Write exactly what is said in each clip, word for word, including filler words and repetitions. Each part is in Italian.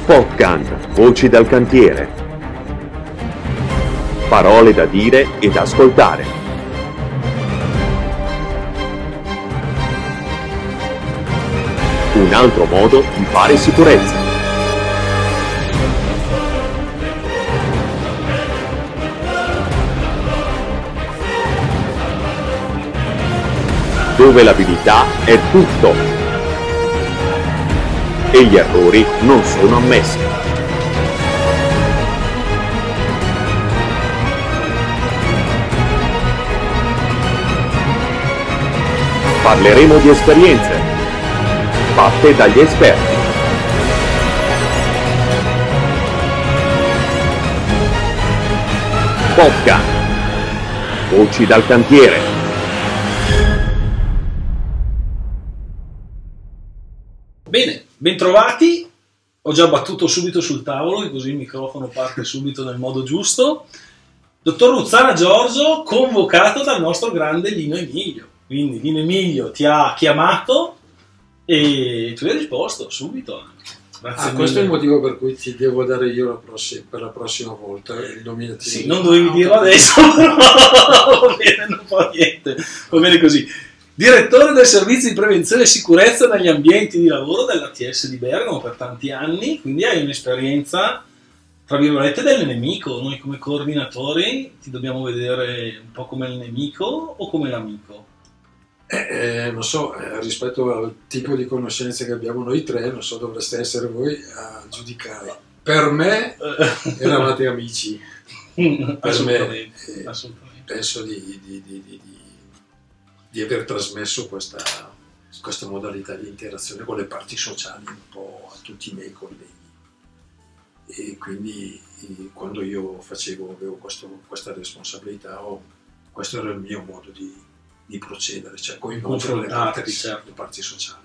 Popcan, voci dal cantiere. Parole da dire e da ascoltare. Un altro modo di fare sicurezza. Dove l'abilità è tutto e gli errori non sono ammessi. Parleremo di esperienze fatte dagli esperti. Popcan, voci dal cantiere. Bene, bentrovati. Ho già battuto subito sul tavolo, così il microfono parte subito nel modo giusto. Dottor Ruzzana Giorgio, convocato dal nostro grande Lino Emilio. Quindi Lino Emilio ti ha chiamato e tu hai risposto subito. Grazie ah, questo è il motivo per cui ti devo dare io la prossima, per la prossima volta il nominativo. Sì, non dovevi dirlo adesso, però va bene, non fa niente. Va bene così. Direttore del servizio di prevenzione e sicurezza negli ambienti di lavoro dell'A T S di Bergamo per tanti anni, quindi hai un'esperienza, tra virgolette, del nemico. Noi come coordinatori ti dobbiamo vedere un po' come il nemico o come l'amico? Eh, eh, non so, eh, rispetto al tipo di conoscenze che abbiamo noi tre, non so, dovreste essere voi a giudicare. Per me eravate amici. Per assolutamente, me, eh, assolutamente. Penso di, di, di, di, di di aver trasmesso questa, questa modalità di interazione con le parti sociali un po' a tutti i miei colleghi, e quindi quando io facevo, avevo questo, questa responsabilità, oh, questo era il mio modo di, di procedere, cioè coinvolgere le parti, certo. le parti sociali,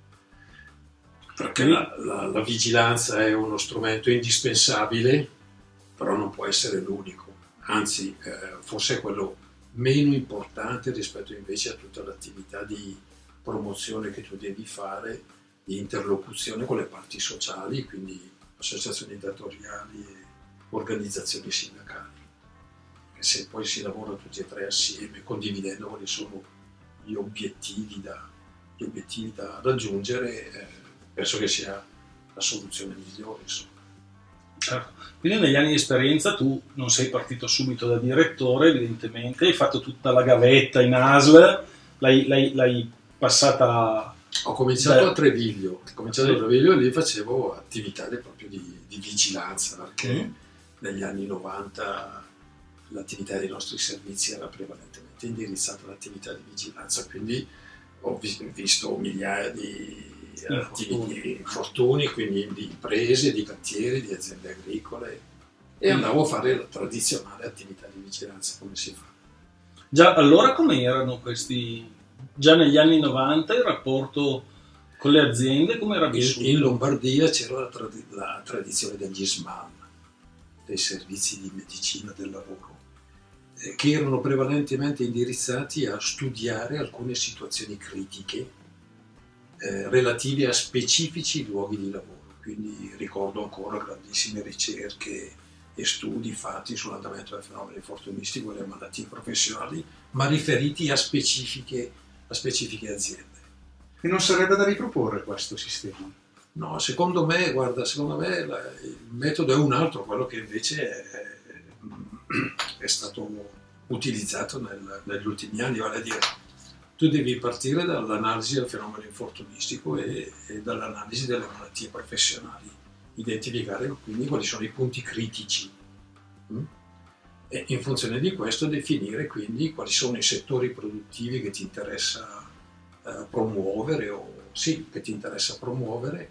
perché la, la, la vigilanza è uno strumento indispensabile, però non può essere l'unico, anzi eh, forse è quello meno importante rispetto invece a tutta l'attività di promozione che tu devi fare, di interlocuzione con le parti sociali, quindi associazioni datoriali e organizzazioni sindacali. E se poi si lavora tutti e tre assieme, condividendo quali sono gli obiettivi da, gli obiettivi da raggiungere, eh, penso che sia la soluzione migliore, insomma. Certo. Quindi negli anni di esperienza tu non sei partito subito da direttore, evidentemente, hai fatto tutta la gavetta in A S L, l'hai, l'hai, l'hai passata... Ho cominciato da... a Treviglio, ho cominciato sì. a Treviglio e lì facevo attività di, proprio di, di vigilanza, perché mm. negli anni novanta l'attività dei nostri servizi era prevalentemente indirizzata all'attività di vigilanza, quindi ho visto migliaia di... Infortuni. infortuni, quindi di imprese, di cantieri, di aziende agricole, e andavo a fare la tradizionale attività di vigilanza come si fa. Già allora come erano questi, già negli anni novanta il rapporto con le aziende, come era vissuto? In, in Lombardia c'era la, trad- la tradizione degli S M A M, dei servizi di medicina del lavoro, eh, che erano prevalentemente indirizzati a studiare alcune situazioni critiche Eh, relativi a specifici luoghi di lavoro. Quindi ricordo ancora grandissime ricerche e studi fatti sull'andamento del fenomeno infortunistico e delle malattie professionali, ma riferiti a specifiche, a specifiche aziende. E non sarebbe da riproporre questo sistema? No, secondo me, guarda, secondo me la, il metodo è un altro, quello che invece è, è stato utilizzato nel, negli ultimi anni, vale a dire tu devi partire dall'analisi del fenomeno infortunistico e, e dall'analisi delle malattie professionali, identificare quindi quali sono i punti critici mm? e in funzione di questo definire quindi quali sono i settori produttivi che ti interessa eh, promuovere o sì, che ti interessa promuovere.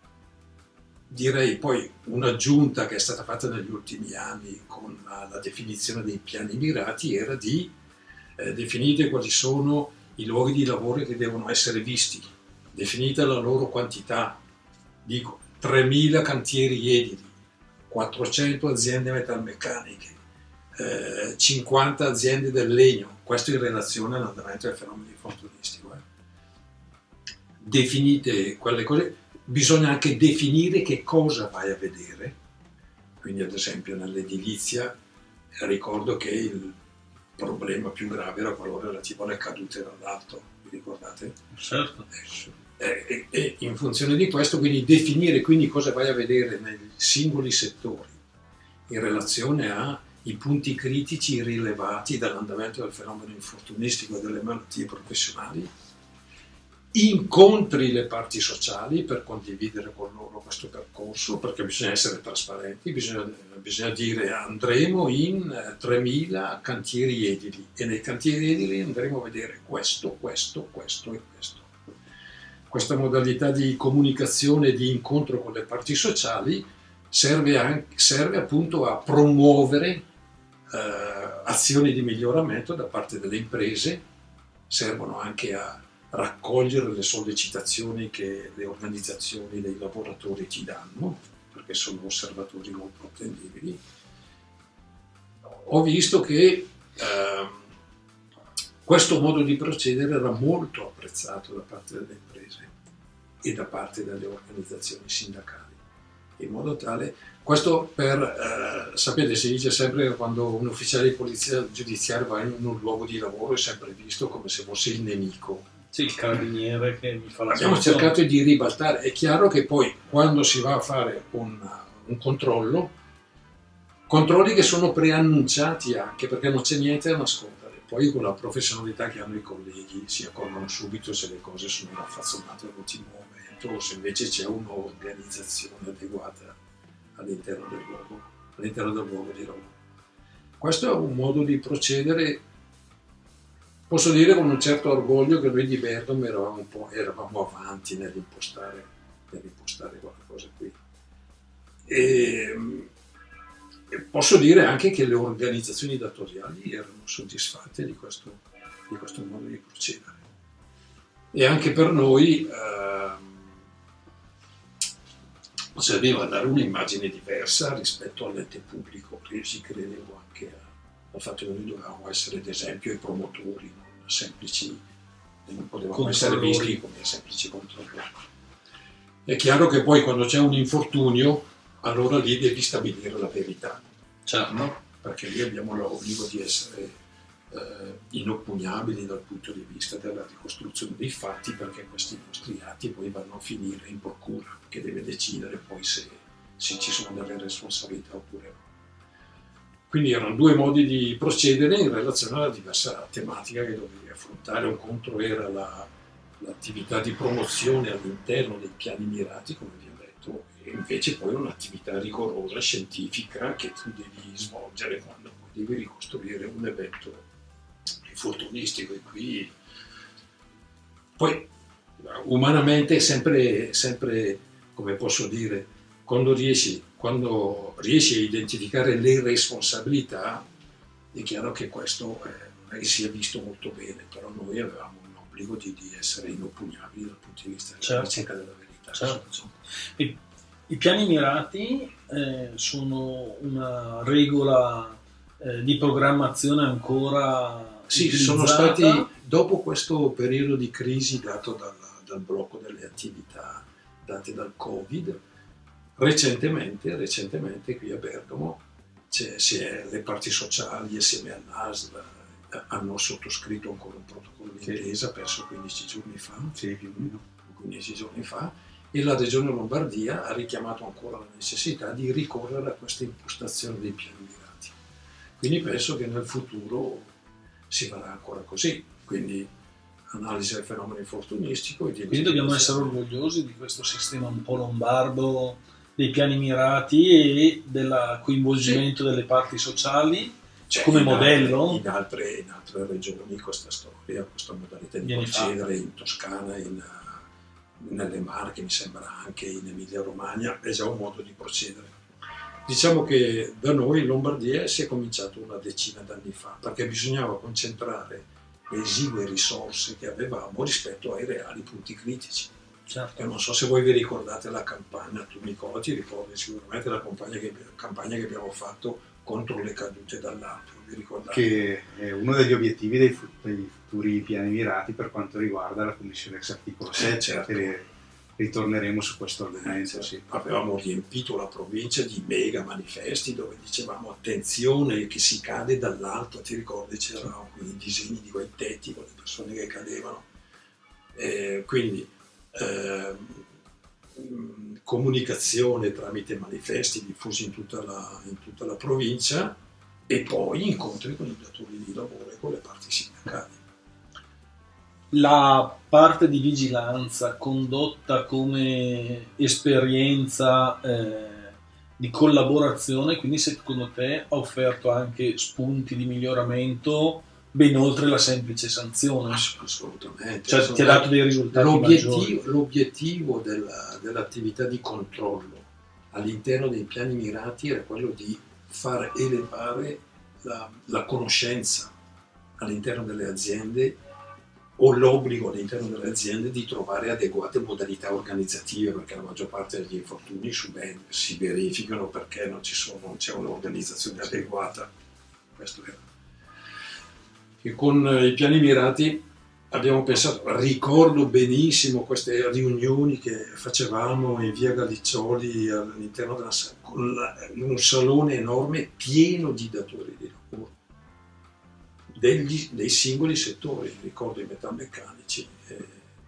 Direi poi un'aggiunta che è stata fatta negli ultimi anni con la, la definizione dei piani mirati era di eh, definire quali sono i luoghi di lavoro che devono essere visti, definita la loro quantità, dico tremila cantieri edili, quattrocento aziende metalmeccaniche, eh, cinquanta aziende del legno, questo in relazione all'andamento del fenomeno infortunistico. Eh. Definite quelle cose, bisogna anche definire che cosa vai a vedere. Quindi ad esempio nell'edilizia ricordo che il problema più grave era quello relativo alle cadute dall'alto, vi ricordate? Certo. E, e, e in funzione di questo quindi definire quindi cosa vai a vedere nei singoli settori in relazione ai punti critici rilevati dall'andamento del fenomeno infortunistico e delle malattie professionali, incontri le parti sociali per condividere con loro questo percorso, perché bisogna essere trasparenti, bisogna, bisogna dire andremo in tremila cantieri edili e nei cantieri edili andremo a vedere questo, questo, questo e questo. Questa modalità di comunicazione e di incontro con le parti sociali serve, anche, serve appunto a promuovere eh, azioni di miglioramento da parte delle imprese, servono anche a raccogliere le sollecitazioni che le organizzazioni dei lavoratori ti danno, perché sono osservatori molto attendibili. Ho visto che eh, questo modo di procedere era molto apprezzato da parte delle imprese e da parte delle organizzazioni sindacali, in modo tale, questo per, eh, sapete, si dice sempre che quando un ufficiale di polizia giudiziaria va in un luogo di lavoro è sempre visto come se fosse il nemico. Sì, il carabiniere che mi fa la Abbiamo soluzione. cercato di ribaltare. È chiaro che poi quando si va a fare un, un controllo, controlli che sono preannunciati anche perché non c'è niente da nascondere. Poi con la professionalità che hanno i colleghi si accorgono subito se le cose sono raffazzonate all'ultimo momento o se invece c'è un'organizzazione adeguata all'interno del luogo, all'interno del luogo di lavoro. Questo è un modo di procedere. Posso dire con un certo orgoglio che noi di Bergamo eravamo, un po', eravamo avanti nell'impostare, nell'impostare quella cosa qui. E, e posso dire anche che le organizzazioni datoriali erano soddisfatte di questo, di questo modo di procedere. E anche per noi eh, serviva a dare un'immagine diversa rispetto all'ente pubblico. Io ci credevo anche a al fatto che noi dovevamo essere ad esempio i promotori, non semplici, non potevamo essere visti come semplici controllori. È chiaro che poi quando c'è un infortunio, allora lì devi stabilire la verità, Certo. no? Perché lì abbiamo l'obbligo di essere eh, inoppugnabili dal punto di vista della ricostruzione dei fatti, perché questi nostri atti poi vanno a finire in procura, che deve decidere poi se, se ci sono delle responsabilità oppure no. Quindi erano due modi di procedere in relazione alla diversa tematica che dovevi affrontare. Un conto era la, l'attività di promozione all'interno dei piani mirati, come vi ho detto, e invece poi un'attività rigorosa, scientifica, che tu devi svolgere quando poi devi ricostruire un evento infortunistico. E qui poi umanamente è sempre, sempre, come posso dire, quando riesci, quando riesci a identificare le responsabilità, è chiaro che questo eh, non è che sia visto molto bene, però noi avevamo un obbligo di, di essere inoppugnabili dal punto di vista della ricerca della verità. Certo. I, I piani mirati eh, sono una regola eh, di programmazione ancora Sì, utilizzata. Sono stati, dopo questo periodo di crisi dato dal, dal blocco delle attività date dal Covid, Recentemente, recentemente qui a Bergamo c'è, c'è, le parti sociali assieme all'A S L hanno sottoscritto ancora un protocollo di intesa, penso quindici giorni fa, sì, più o meno. quindici giorni fa, e la Regione Lombardia ha richiamato ancora la necessità di ricorrere a questa impostazione dei piani mirati. Quindi penso che nel futuro si farà ancora così. Quindi analisi del fenomeno infortunistico. Quindi dobbiamo essere orgogliosi di questo sistema un po' lombardo dei piani mirati e del coinvolgimento sì. delle parti sociali C'è come in modello. Altre, in, altre, in altre regioni questa storia, questa modalità di Viene procedere, fatto. In Toscana, in, nelle Marche, mi sembra anche in Emilia Romagna, è già un modo di procedere. Diciamo che da noi in Lombardia si è cominciato una decina d'anni fa, perché bisognava concentrare le esigue risorse che avevamo rispetto ai reali punti critici. Certo. E non so se voi vi ricordate la campagna, tu Nicola ti ricordi sicuramente la campagna che, campagna che abbiamo fatto contro le cadute dall'alto, vi ricordate? Che è uno degli obiettivi dei, dei futuri piani mirati per quanto riguarda la commissione ex articolo sette, eh, certo. per ritorneremo su questo argomento. Eh, Sì. Avevamo riempito la provincia di mega manifesti dove dicevamo attenzione che si cade dall'alto, ti ricordi c'erano quei disegni di quei tetti con le persone che cadevano. Eh, quindi eh, comunicazione tramite manifesti diffusi in tutta, la, in tutta la provincia e poi incontri con i datori di lavoro e con le parti sindacali. La parte di vigilanza condotta come esperienza eh, di collaborazione, quindi secondo te ha offerto anche spunti di miglioramento ben oltre la semplice sanzione? Assolutamente. Cioè ti ha dato dei risultati maggiori? L'obiettivo, l'obiettivo della, dell'attività di controllo all'interno dei piani mirati era quello di far elevare la, la conoscenza all'interno delle aziende o l'obbligo all'interno delle aziende di trovare adeguate modalità organizzative, perché la maggior parte degli infortuni si verificano perché non, ci sono, non c'è un'organizzazione adeguata. Questo era. E con i piani mirati abbiamo pensato, ricordo benissimo queste riunioni che facevamo in via Galliccioli all'interno della, con la, in un salone enorme pieno di datori di lavoro degli, dei singoli settori, ricordo i metalmeccanici, e,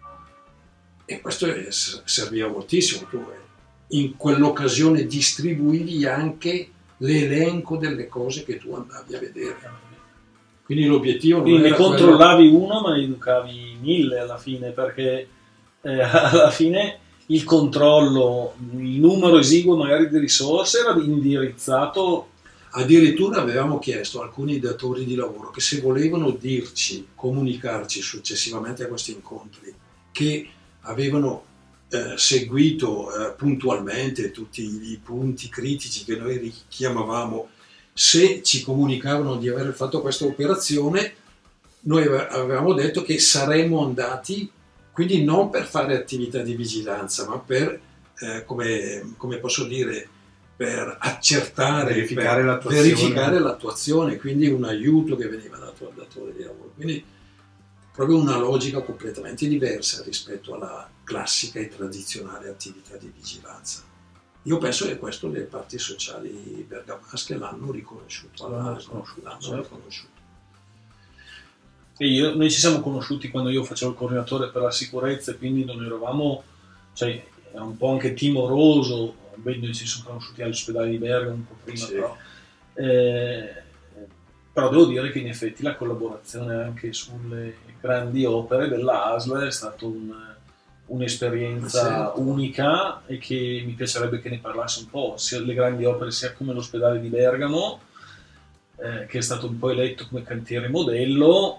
e questo è, serviva moltissimo. Tu in quell'occasione distribuivi anche l'elenco delle cose che tu andavi a vedere. Quindi l'obiettivo non Quindi era ne controllavi quello... uno, ma ne educavi mille alla fine, perché eh, alla fine il controllo, il numero esiguo magari di risorse era indirizzato. Addirittura avevamo chiesto a alcuni datori di lavoro che se volevano dirci, comunicarci successivamente a questi incontri, che avevano eh, seguito eh, puntualmente tutti i punti critici che noi richiamavamo, se ci comunicavano di aver fatto questa operazione, noi avevamo detto che saremmo andati, quindi non per fare attività di vigilanza, ma per, eh, come, come posso dire, per accertare, verificare, per l'attuazione. verificare l'attuazione, quindi un aiuto che veniva dato al datore di lavoro. Quindi proprio una logica completamente diversa rispetto alla classica e tradizionale attività di vigilanza. Io penso che questo le parti sociali bergamasche l'hanno riconosciuto. L'hanno riconosciuto, l'hanno certo. riconosciuto. E io, noi ci siamo conosciuti quando io facevo il coordinatore per la sicurezza, e quindi non eravamo, cioè era un po' anche timoroso. Beh, noi ci siamo conosciuti all'ospedale di Bergamo un po' prima, Sì. però, eh, però devo dire che in effetti la collaborazione anche sulle grandi opere dell'A S L è stata un, un'esperienza Certo. unica, e che mi piacerebbe che ne parlasse un po', sia le grandi opere sia come l'ospedale di Bergamo, eh, che è stato un po' eletto come cantiere modello.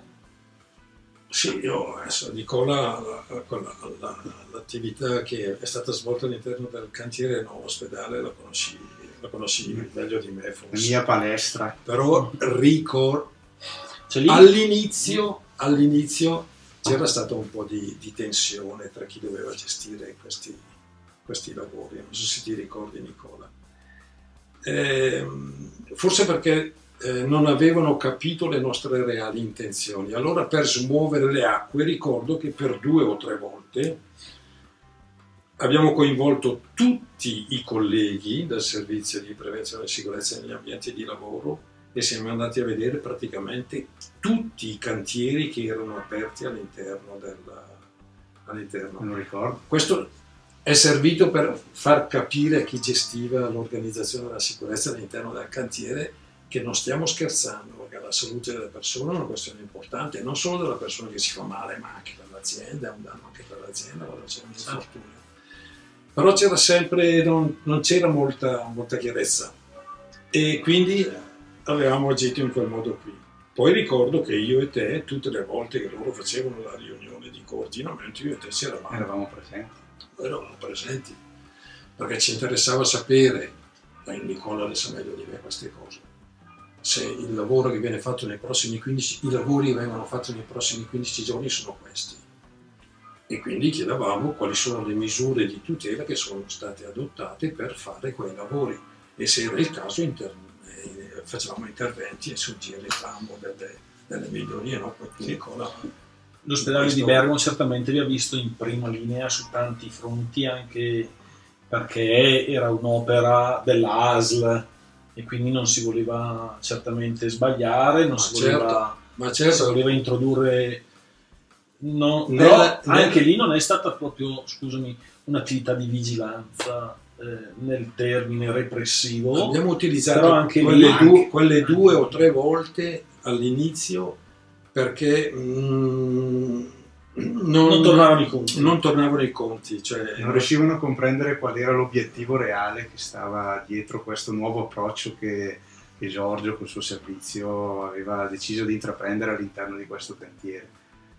Sì, io adesso Nicola, la, la, la, l'attività che è stata svolta all'interno del cantiere no, ospedale la conosci, la conosci meglio di me La forse. mia palestra. Però ricordo, Cioè, lì, all'inizio, all'inizio c'era stata un po' di, di tensione tra chi doveva gestire questi, questi lavori, non so se ti ricordi Nicola. Eh, forse perché Eh, non avevano capito le nostre reali intenzioni. Allora, per smuovere le acque, ricordo che per due o tre volte abbiamo coinvolto tutti i colleghi del servizio di prevenzione e sicurezza negli ambienti di lavoro e siamo andati a vedere praticamente tutti i cantieri che erano aperti all'interno della, all'interno. Non ricordo. Questo è servito per far capire a chi gestiva l'organizzazione della sicurezza all'interno del cantiere che non stiamo scherzando, perché la salute delle persone è una questione importante, non solo della persona che si fa male, ma anche per l'azienda, è un danno anche per l'azienda quando c'è un infortunio. Però c'era sempre, non, non c'era molta, molta chiarezza, e quindi avevamo agito in quel modo qui. Poi ricordo che io e te, tutte le volte che loro facevano la riunione di coordinamento, io e te c'eravamo. Eravamo presenti. Eravamo presenti, perché ci interessava sapere, e Nicola le sa meglio di me queste cose, se il lavoro che viene fatto nei prossimi quindici, i lavori che vengono fatti nei prossimi quindici giorni sono questi. E quindi chiedevamo quali sono le misure di tutela che sono state adottate per fare quei lavori, e se era il caso inter- eh, facevamo interventi e suggeривamo delle, delle migliorie, no? Poi Nicola l'ospedale questo- di Bergamo certamente vi ha visto in prima linea su tanti fronti, anche perché era un'opera dell'A S L e quindi non si voleva certamente sbagliare, non Ma si certo, voleva, ma si certo, voleva introdurre. No, Nella- però anche nel- lì non è stata proprio, scusami, un'attività di vigilanza eh, nel termine repressivo. abbiamo utilizzato Però anche lì- quelle, anche- due, quelle due o tre volte all'inizio perché mm, non, Non tornavano i conti. non tornavano i conti, cioè, Non riuscivano a comprendere qual era l'obiettivo reale che stava dietro questo nuovo approccio che, che Giorgio col suo servizio aveva deciso di intraprendere all'interno di questo cantiere.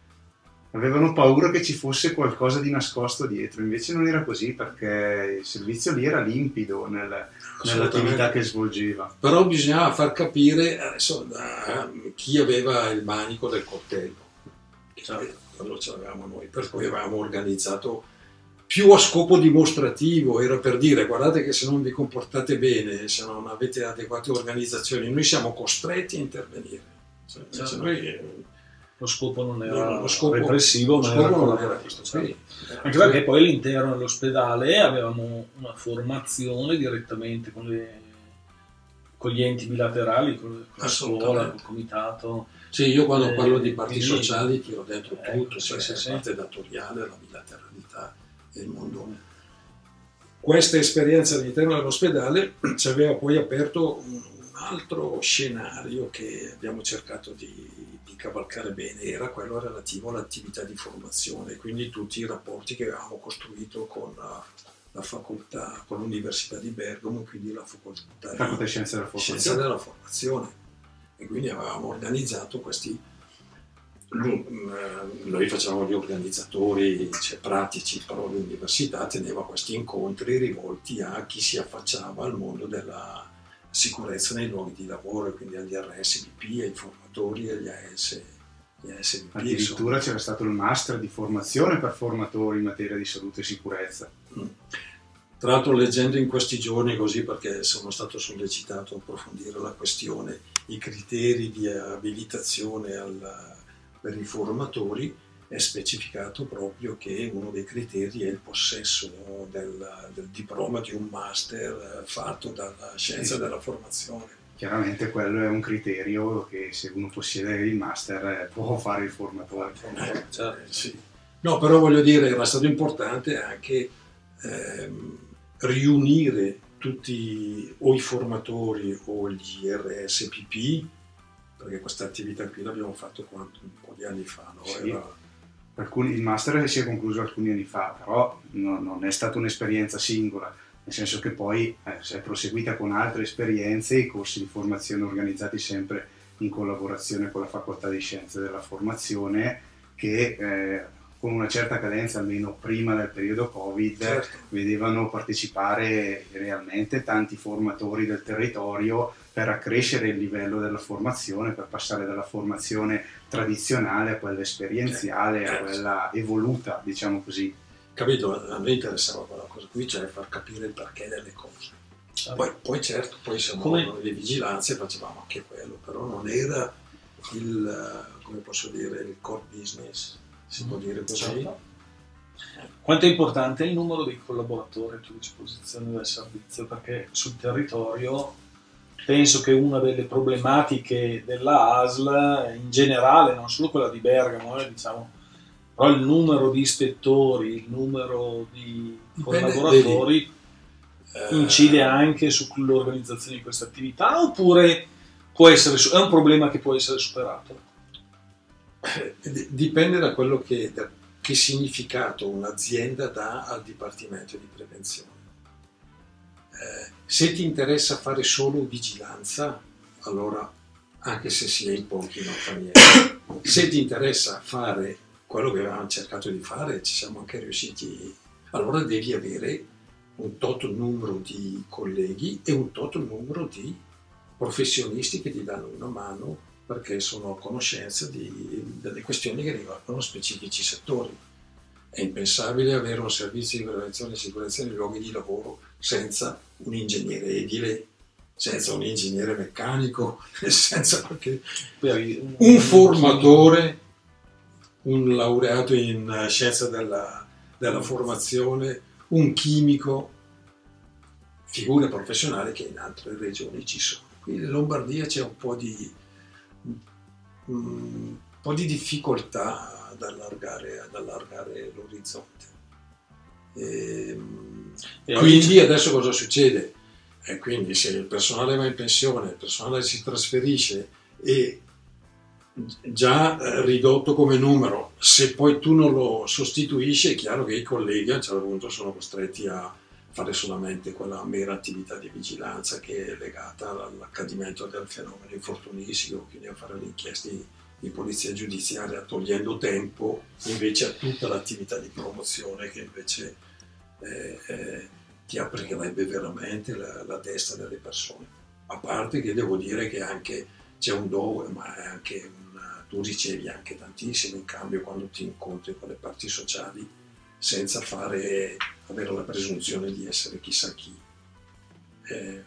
Avevano paura che ci fosse qualcosa di nascosto dietro, invece non era così, perché il servizio lì era limpido nel- nell'attività che svolgeva. però bisognava far capire adesso, a chi aveva il manico del coltello, che quello ce l'avevamo noi, per cui avevamo organizzato più a scopo dimostrativo, era per dire guardate che se non vi comportate bene, se non avete adeguate organizzazioni, noi siamo costretti a intervenire. Cioè, Certo. noi, eh, Lo scopo non era lo scopo- repressivo, lo ma scopo era non era collaborativo. questo, certo. sì. Anche perché poi all'interno dell'ospedale avevamo una formazione direttamente con, le, con gli enti bilaterali, con, con la scuola, Assolutamente. col comitato. Sì, io quando Eh, parlo di parti quindi- sociali tiro dentro Ecco, tutto, sì, cioè sì, la sì. parte datoriale, la bilateralità e il mondo. Questa esperienza all'interno dell'ospedale ci aveva poi aperto un, un altro scenario che abbiamo cercato di, di cavalcare bene, era quello relativo all'attività di formazione, quindi tutti i rapporti che avevamo costruito con la, la facoltà, con l'Università di Bergamo, quindi la facoltà Facoltà di di Scienze della Scienza Formazione. della Formazione. E quindi avevamo organizzato questi, lui- noi facevamo gli organizzatori, cioè, pratici, però l'università teneva questi incontri rivolti a chi si affacciava al mondo della sicurezza nei luoghi di lavoro, quindi agli R S V P, ai formatori, agli A S, agli A S V P. Addirittura c'era stato il master di formazione per formatori in materia di salute e sicurezza. Tra l'altro, leggendo in questi giorni, così perché sono stato sollecitato a approfondire la questione, i criteri di abilitazione al- per i formatori, è specificato proprio che uno dei criteri è il possesso del, del diploma di un master eh, fatto dalla scienza Sì. della formazione. Chiaramente quello è un criterio che se uno possiede il master eh, può fare il formatore. Eh, certo. sì. No, però voglio dire, era stato importante anche ehm, riunire tutti o i formatori o gli R S P P, perché questa attività qui l'abbiamo fatto quanto, un po' di anni fa, no? Sì. Era- Alcuni- il master si è concluso alcuni anni fa, però no- non è stata un'esperienza singola, nel senso che poi eh, si è proseguita con altre esperienze, i corsi di formazione organizzati sempre in collaborazione con la Facoltà di Scienze della Formazione, che eh, con una certa cadenza, almeno prima del periodo Covid, Certo. vedevano partecipare realmente tanti formatori del territorio per accrescere il livello della formazione, per passare dalla formazione tradizionale a quella esperienziale, a Eh, quella evoluta, diciamo così. Capito? A noi interessava quella cosa qui, cioè far capire il perché delle cose. Poi, poi certo, poi siamo Come- le vigilanze, facevamo anche quello, però non era il, eh, come posso dire, il core business, si può dire così. Certo. Quanto è importante il numero dei collaboratori a tua disposizione del servizio? Perché sul territorio penso che una delle problematiche della A S L in generale, non solo quella di Bergamo, eh, diciamo, però il numero di ispettori, il numero di Dipende, collaboratori Eh, incide anche sull'organizzazione di questa attività, oppure può essere, è un problema che può essere superato? d- Dipende da quello che, da che significato un'azienda dà al dipartimento di prevenzione. Eh, se ti interessa fare solo vigilanza, allora anche se si è in pochi non fa niente. Se ti interessa fare quello che avevamo cercato di fare, ci siamo anche riusciti, allora devi avere un tot numero di colleghi e un tot numero di professionisti che ti danno una mano perché sono a conoscenza di, delle questioni che riguardano specifici settori. È impensabile avere un servizio di prevenzione e sicurezza nei luoghi di lavoro senza un ingegnere edile, senza un ingegnere meccanico, senza perché Per- un formatore, un laureato in scienza della, della formazione, un chimico, figure professionali che in altre regioni ci sono. Qui in Lombardia c'è un po' di, un po' di difficoltà ad allargare, ad allargare l'orizzonte. E, e quindi adesso cosa succede? E quindi se il personale va in pensione, il personale si trasferisce e già ridotto come numero, se poi tu non lo sostituisci è chiaro che i colleghi a un certo punto sono costretti a fare solamente quella mera attività di vigilanza che è legata all'accadimento del fenomeno infortunistico, quindi a fare le inchieste di, di polizia giudiziaria, togliendo tempo invece a tutta l'attività di promozione che invece eh, eh, ti aprirebbe veramente la, la testa delle persone. A parte che devo dire che anche c'è un dove, ma è anche una, tu ricevi anche tantissimo in cambio quando ti incontri con le parti sociali senza fare, avere la presunzione di essere chissà chi. Eh,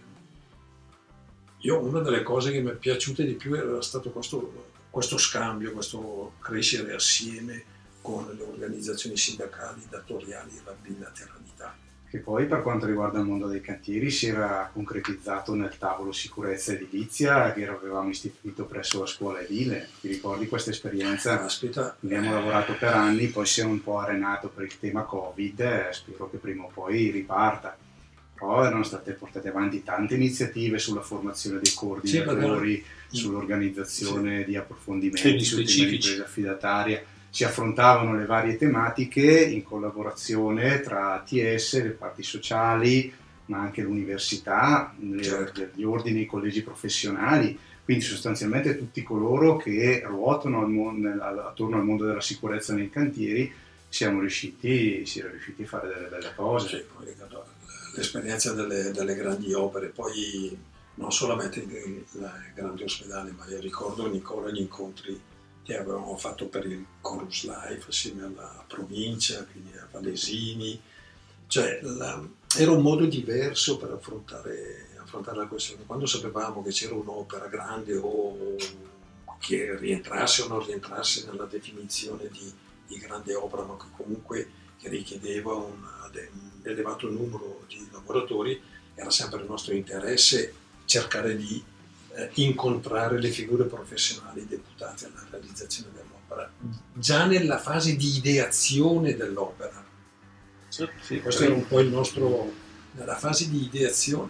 io una delle cose che mi è piaciute di più era stato questo, questo scambio, questo crescere assieme con le organizzazioni sindacali, datoriali e la bilateralità. Che poi per quanto riguarda il mondo dei cantieri si era concretizzato nel tavolo sicurezza edilizia che avevamo istituito presso la scuola edile. Ti ricordi questa esperienza? Aspetta. Abbiamo lavorato per anni, poi si è un po' arenato per il tema Covid, eh, spero che prima o poi riparta. Però erano state portate avanti tante iniziative sulla formazione dei coordinatori, sì, sull'organizzazione sì. di approfondimenti, sul tema di impresa affidataria. Si affrontavano le varie tematiche in collaborazione tra A T S, le parti sociali, ma anche l'università, certo. gli ordini, i collegi professionali, quindi sostanzialmente tutti coloro che ruotano al mondo, attorno al mondo della sicurezza nei cantieri, siamo riusciti, si è riusciti a fare delle belle cose. Sì, l'esperienza delle, delle grandi opere, poi non solamente i grandi ospedali, ma io ricordo ancora gli incontri che avevamo fatto per il Chorus Life assieme alla provincia, quindi a Valesini, cioè la, era un modo diverso per affrontare, affrontare la questione. Quando sapevamo che c'era un'opera grande o che rientrasse o non rientrasse nella definizione di, di grande opera, ma che comunque che richiedeva un, un elevato numero di lavoratori, era sempre il nostro interesse cercare di Eh, incontrare le figure professionali deputate alla realizzazione dell'opera, già nella fase di ideazione dell'opera. Sì, sì, questo era un po' il nostro, nella fase di ideazione.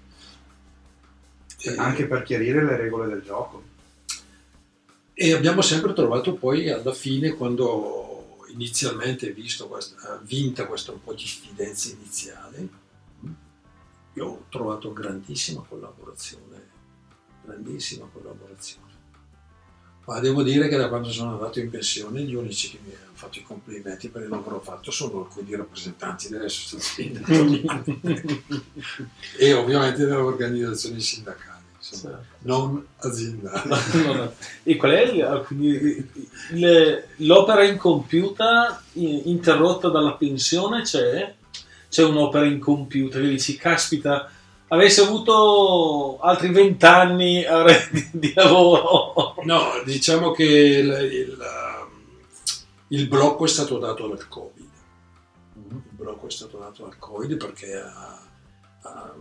E anche per chiarire le regole del gioco. E abbiamo sempre trovato poi alla fine, quando inizialmente visto questa, vinta questa un po' diffidenza iniziale, io ho trovato grandissima collaborazione grandissima collaborazione, ma devo dire che da quando sono andato in pensione gli unici che mi hanno fatto i complimenti per il lavoro fatto sono alcuni rappresentanti delle associazioni e ovviamente delle organizzazioni sindacali, insomma, sì. non aziendali. E qual è quindi, le, l'opera incompiuta interrotta dalla pensione? C'è? C'è un'opera incompiuta che dici, caspita, avessi avuto altri vent'anni di, di lavoro. No, diciamo che il, il, il blocco è stato dato dal Covid. Il blocco è stato dato dal Covid perché a, a,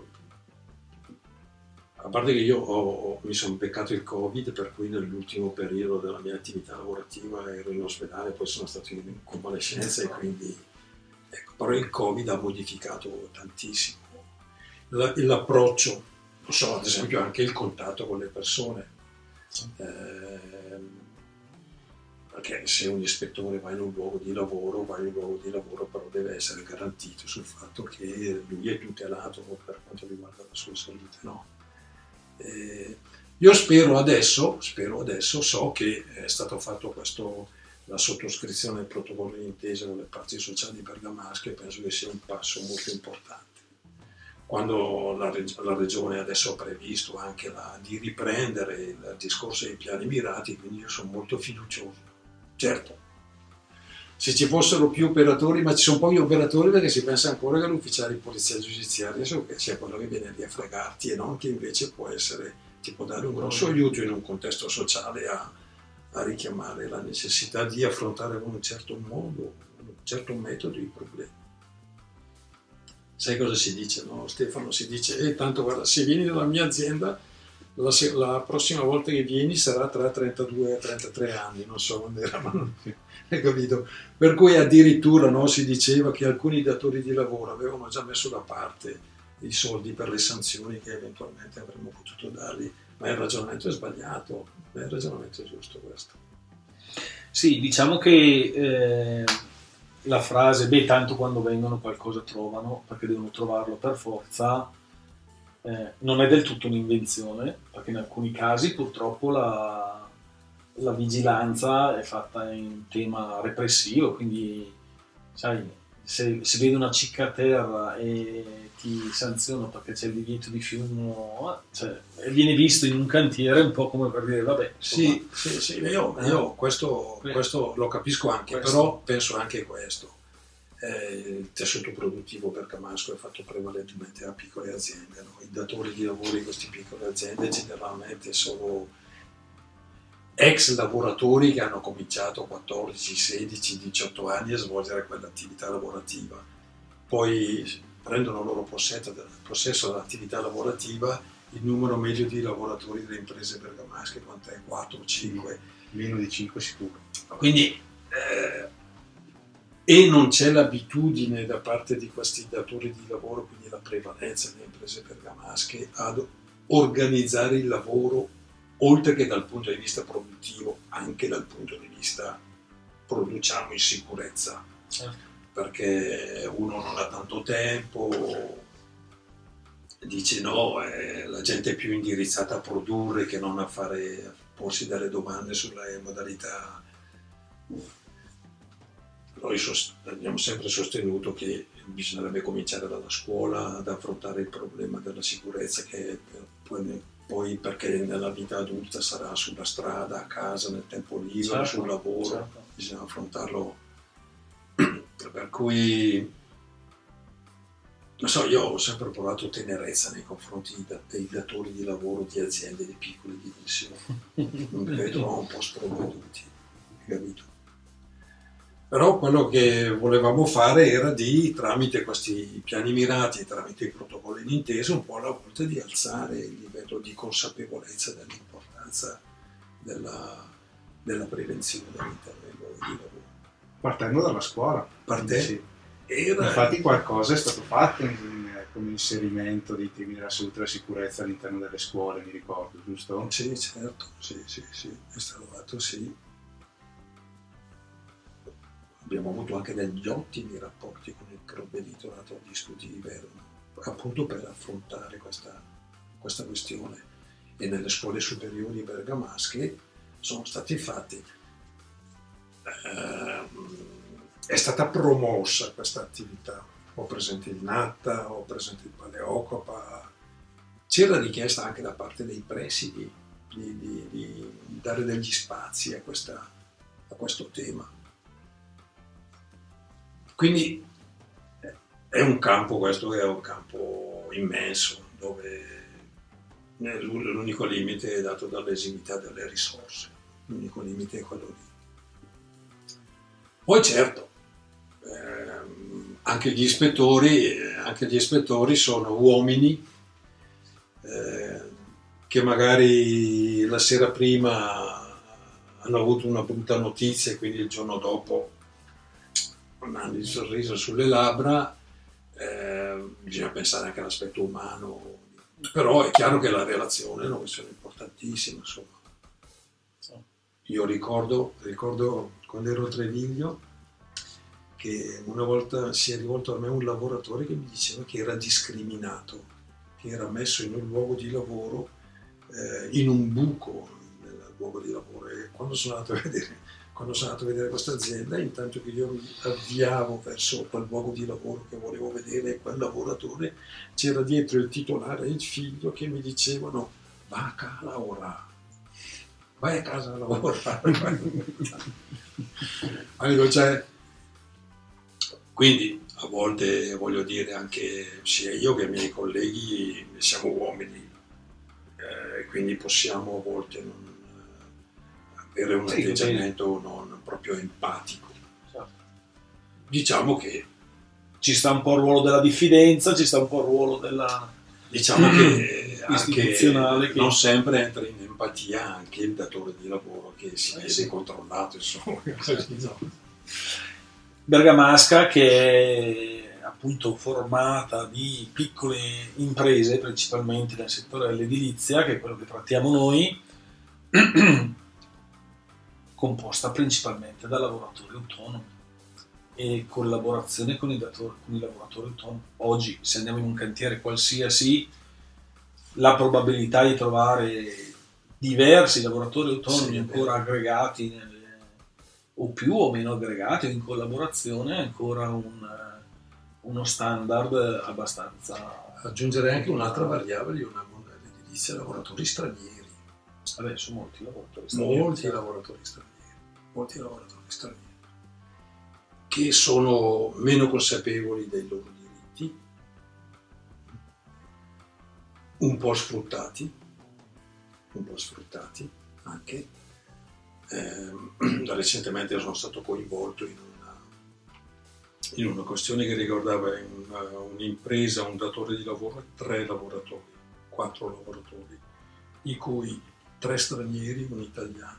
a parte che io ho, mi sono beccato il Covid, per cui nell'ultimo periodo della mia attività lavorativa ero in ospedale, poi sono stato in convalescenza e quindi ecco, però il Covid ha modificato tantissimo l'approccio, non so, ad esempio anche il contatto con le persone, eh, perché se un ispettore va in un luogo di lavoro, va in un luogo di lavoro, però deve essere garantito sul fatto che lui è tutelato per quanto riguarda la sua salute, no? Eh, io spero adesso, spero adesso, so che è stato fatto questo, la sottoscrizione del protocollo di intesa con le parti sociali bergamasche, e penso che sia un passo molto importante. Quando la, reg- la Regione adesso ha previsto anche la, di riprendere il discorso dei piani mirati, quindi io sono molto fiducioso. Certo, se ci fossero più operatori, ma ci sono pochi operatori perché si pensa ancora che l'ufficiale di polizia giudiziaria sia quello che viene lì a fregarti e non che invece può essere, ti può dare un grosso aiuto in un contesto sociale a, a richiamare la necessità di affrontare con un certo modo, un certo metodo i problemi. Sai cosa si dice, no? Stefano, si dice, eh, tanto guarda, se vieni nella mia azienda, la, la prossima volta che vieni sarà tra trentadue e trentatré anni, non so quando era, ma non hai capito? Per cui addirittura, no, si diceva che alcuni datori di lavoro avevano già messo da parte i soldi per le sanzioni che eventualmente avremmo potuto dargli, ma il ragionamento è sbagliato, il ragionamento è giusto questo. Sì, diciamo che eh, la frase, beh, tanto quando vengono qualcosa trovano, perché devono trovarlo per forza, eh, non è del tutto un'invenzione, perché in alcuni casi purtroppo la, la vigilanza è fatta in tema repressivo, quindi sai, se, se vedi una cicca a terra e ti sanzionano perché c'è il divieto di fumo, cioè, viene visto in un cantiere un po' come per dire vabbè. Sì, sì, sì, io, io questo, questo lo capisco anche, questo. Però penso anche questo. Eh, il tessuto produttivo bergamasco è fatto prevalentemente da piccole aziende, no? I datori di lavoro di queste piccole aziende generalmente sono ex lavoratori che hanno cominciato a quattordici, sedici, diciotto anni a svolgere quell'attività lavorativa, poi prendono il loro possesso, possesso dell'attività lavorativa. Il numero medio di lavoratori delle imprese bergamasche quant'è? quattro o cinque? Meno di cinque sicuro. Quindi eh, e non c'è l'abitudine da parte di questi datori di lavoro, quindi la prevalenza delle imprese bergamasche, ad organizzare il lavoro oltre che dal punto di vista produttivo, anche dal punto di vista produciamo in sicurezza, certo. Perché uno non ha tanto tempo, dice no, eh, la gente è più indirizzata a produrre che non a fare, a porsi delle domande sulle modalità. Noi sost- abbiamo sempre sostenuto che bisognerebbe cominciare dalla scuola ad affrontare il problema della sicurezza, che poi, poi perché nella vita adulta sarà sulla strada, a casa, nel tempo libero, certo, sul lavoro, certo. Bisogna affrontarlo. Per cui, non so, io ho sempre provato tenerezza nei confronti dei datori di lavoro di aziende di piccole dimensioni, mi vedo un po' sprovveduti, capito? Però quello che volevamo fare era di, tramite questi piani mirati, tramite i protocolli d'intesa, un po' alla volta di alzare il livello di consapevolezza dell'importanza della, della prevenzione dell'interno dei luoghi di lavoro. Partendo dalla scuola. Parte, sì. era... Infatti qualcosa è stato fatto in, in, come inserimento dei temi della salute e della sicurezza all'interno delle scuole, mi ricordo, giusto? Sì, certo, sì, sì, sì, è stato fatto, sì. Abbiamo avuto anche degli ottimi rapporti con il provveditorato agli studi di Verona, appunto per affrontare questa, questa questione. E nelle scuole superiori bergamasche sono stati fatti, eh, è stata promossa questa attività. Ho presente il Natta, ho presente il Paleocopa. C'era richiesta anche da parte dei presidi di, di, di dare degli spazi a, questa, a questo tema. Quindi è un campo, questo è un campo immenso, dove l'unico limite è dato dall'esimità delle risorse, l'unico limite è quello lì. Poi certo, ehm, anche gli ispettori, anche gli ispettori sono uomini eh, che magari la sera prima hanno avuto una brutta notizia e quindi il giorno dopo hanno il sorriso sulle labbra, eh, bisogna pensare anche all'aspetto umano, però è chiaro che la relazione è una questione importantissima, insomma. Io ricordo, ricordo quando ero a Treviglio che una volta si è rivolto a me un lavoratore che mi diceva che era discriminato, che era messo in un luogo di lavoro, eh, in un buco nel luogo di lavoro, e quando sono andato a vedere Quando sono andato a vedere questa azienda, intanto che io mi avviavo verso quel luogo di lavoro che volevo vedere, quel lavoratore, c'era dietro il titolare e il figlio che mi dicevano: va a casa a lavorare, vai a casa a lavorare. Allora, cioè, quindi a volte voglio dire anche sia io che i miei colleghi siamo uomini, eh, quindi possiamo a volte non avere un Sì, atteggiamento non proprio empatico. Esatto. Diciamo che Ci sta un po' il ruolo della diffidenza, ci sta un po' il ruolo della... diciamo che Istituzionale anche che- non sempre entra in empatia anche il datore di lavoro che si Eh, vede sì. controllato, insomma. bergamasca, che è appunto formata di piccole imprese, principalmente nel settore dell'edilizia, che è quello che trattiamo noi, composta principalmente da lavoratori autonomi e collaborazione con i, datori, con i lavoratori autonomi. Oggi, se andiamo in un cantiere qualsiasi, la probabilità di trovare diversi lavoratori autonomi Sì, ancora aggregati nelle- o più o meno aggregati o in collaborazione è ancora un, uno standard abbastanza... Aggiungerei anche un'altra variabile di una edilizia, lavoratori stranieri. Adesso molti lavoratori stranieri. Molti lavoratori stranieri, molti lavoratori stranieri che sono meno consapevoli dei loro diritti, un po' sfruttati, un po' sfruttati anche. Eh, recentemente sono stato coinvolto in una, in una questione che riguardava una, un'impresa, un datore di lavoro e tre lavoratori, quattro lavoratori, di cui tre stranieri, un italiano.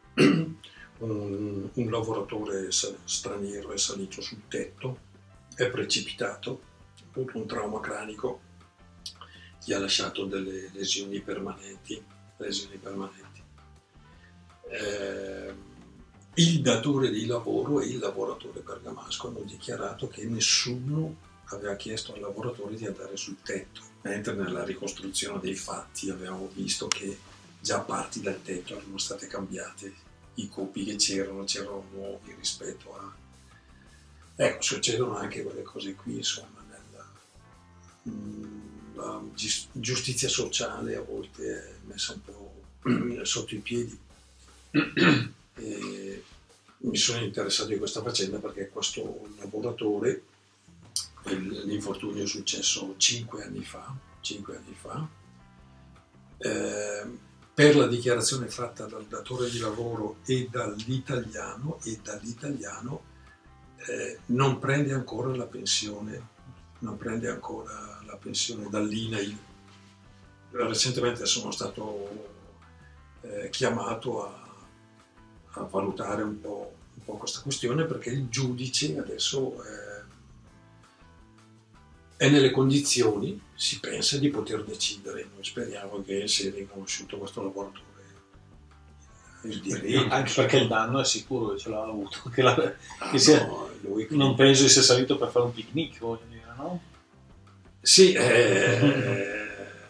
Un, un lavoratore sa- straniero è salito sul tetto, è precipitato, ha avuto un trauma cranico, gli ha lasciato delle lesioni permanenti. Lesioni permanenti. Eh, il datore di lavoro e il lavoratore bergamasco hanno dichiarato che nessuno aveva chiesto al lavoratore di andare sul tetto, mentre nella ricostruzione dei fatti avevamo visto che già parti dal tetto erano state cambiate, i copi che c'erano c'erano nuovi rispetto a... Ecco, succedono anche quelle cose qui, insomma, nella mh, la gis- giustizia sociale a volte è messa un po' sotto i piedi. E mi sono interessato di questa faccenda perché questo lavoratore, il- l'infortunio è successo cinque anni fa, cinque anni fa, eh, per la dichiarazione fatta dal datore di lavoro e dall'italiano, e dall'italiano eh, non prende ancora la pensione, non prende ancora la pensione dall'I N A I. Recentemente sono stato eh, chiamato a, a valutare un po', un po' questa questione perché il giudice adesso eh, è nelle condizioni, si pensa, di poter decidere. Noi speriamo che sia riconosciuto questo lavoratore il diritto. Anche perché il danno è sicuro che ce l'ha avuto, che la- Ah, che sia- no, lui- non penso che sia salito per fare un picnic, voglio dire, no? Sì, eh,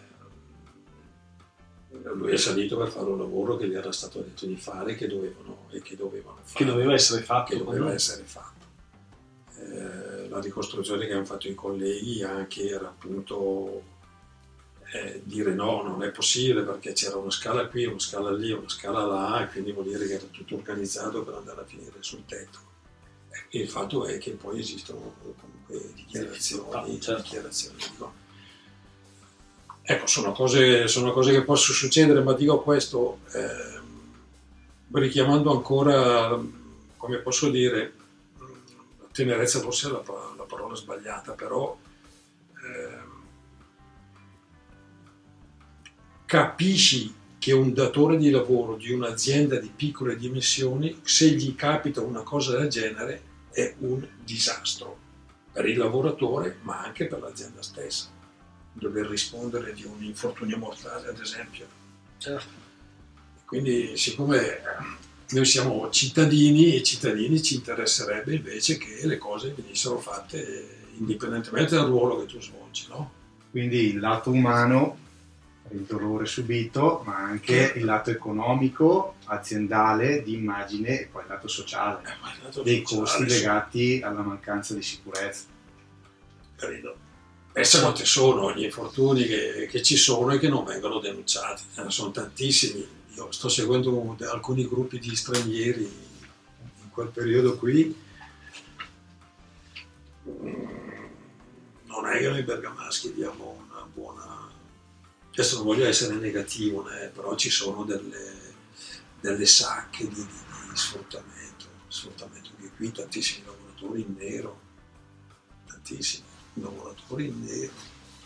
lui è salito per fare un lavoro che gli era stato detto di fare che dovevano, e che dovevano fare. Che doveva essere fatto. Che doveva comunque. essere fatto. Eh, la ricostruzione che hanno fatto i colleghi anche era appunto eh, dire no, non è possibile perché c'era una scala qui, una scala lì, una scala là, e quindi vuol dire che era tutto organizzato per andare a finire sul tetto. E il fatto è che poi esistono comunque dichiarazioni, Certo. dichiarazioni dico. Ecco, sono cose, sono cose che possono succedere, ma dico questo ehm, richiamando ancora, come posso dire, la tenerezza forse è la, pa- la parola sbagliata, però ehm, capisci che un datore di lavoro di un'azienda di piccole dimensioni, se gli capita una cosa del genere, è un disastro per il lavoratore, ma anche per l'azienda stessa. Dover rispondere di un infortunio mortale, ad esempio. Certo. Quindi, siccome noi siamo cittadini, e cittadini ci interesserebbe invece che le cose venissero fatte indipendentemente dal ruolo che tu svolgi, no? Quindi il lato umano, il dolore subito, ma anche il lato economico, aziendale, di immagine, e poi il lato sociale, Eh, ma il lato dei sociale, costi sì, legati alla mancanza di sicurezza. credo. Pensa quanti sono gli infortuni che, che ci sono e che non vengono denunciati, ce ne sono tantissimi. Io sto seguendo alcuni gruppi di stranieri in quel periodo qui. Non è che noi bergamaschi diamo una buona... Adesso non voglio essere negativo, né? Però ci sono delle, delle sacche di, di, di sfruttamento, sfruttamento che qui tantissimi lavoratori in nero, tantissimi lavoratori in nero.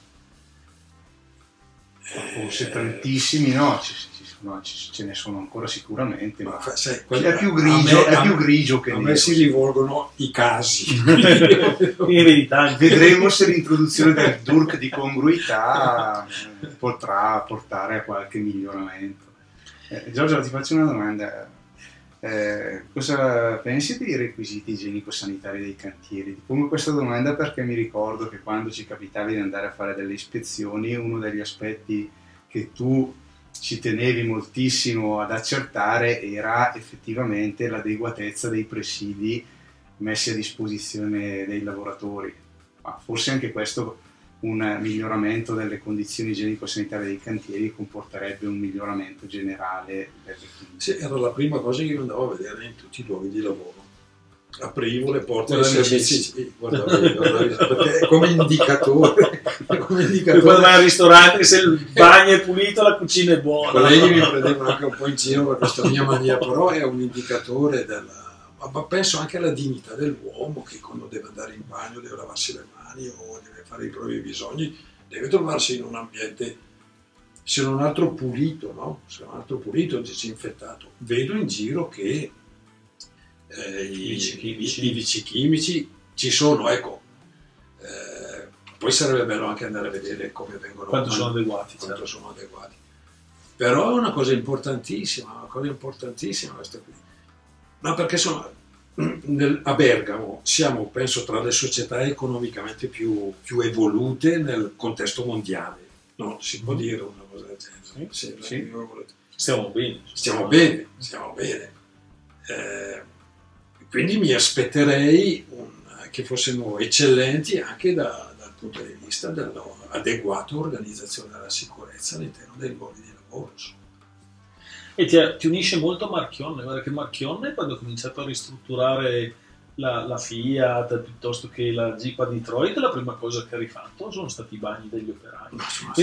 Forse tantissimi no, ci, ci sono, ci, ce ne sono ancora sicuramente, ma, ma sai, è più grigio, me, è più grigio che a nero. me si rivolgono i casi. In verità, vedremo se l'introduzione del D U R C di congruità potrà portare a qualche miglioramento. Eh, Giorgio, ti faccio una domanda. Eh, cosa pensi dei requisiti igienico-sanitari dei cantieri? Ti pongo questa domanda perché mi ricordo che quando ci capitava di andare a fare delle ispezioni, uno degli aspetti che tu ci tenevi moltissimo ad accertare era effettivamente l'adeguatezza dei presidi messi a disposizione dei lavoratori. Ma forse anche questo, un miglioramento delle condizioni igienico-sanitarie dei cantieri, comporterebbe un miglioramento generale delle condizioni. Sì, era la prima cosa che io andavo a vedere in tutti i luoghi di lavoro. Aprivo le porte Guarda, dei servizi, guardavi, guardavi, perché è come indicatore. È come indicatore. Quando vai al ristorante, se il bagno è pulito, la cucina è buona. I colleghi mi prendevano anche un po' in giro per questa mia mania, però è un indicatore della... Ma penso anche alla dignità dell'uomo, che quando deve andare in bagno deve lavarsi le mani o deve fare i propri bisogni, deve trovarsi in un ambiente, se non altro pulito, no? Se non altro pulito, disinfettato. Vedo in giro che eh, i, vici chimici. i, i vici chimici ci sono, ecco. Eh, poi sarebbe bello anche andare a vedere come vengono, quanto sono adeguati, quanto certo. sono adeguati. Però è una cosa importantissima, una cosa importantissima questa qui. Ma perché sono, nel, a Bergamo siamo, penso, tra le società economicamente più, più evolute nel contesto mondiale. No, si può dire una cosa del genere. Sì, sì, sì. Volete. Stiamo bene. Stiamo bene, stiamo bene. Eh, quindi mi aspetterei un, che fossero eccellenti anche da, dal punto di vista dell'adeguata organizzazione della sicurezza all'interno dei luoghi di lavoro. E ti, ti unisce molto Marchionne, guarda che Marchionne, quando ha cominciato a ristrutturare la, la Fiat piuttosto che la Jeep a Detroit, la prima cosa che ha rifatto sono stati i bagni degli operai.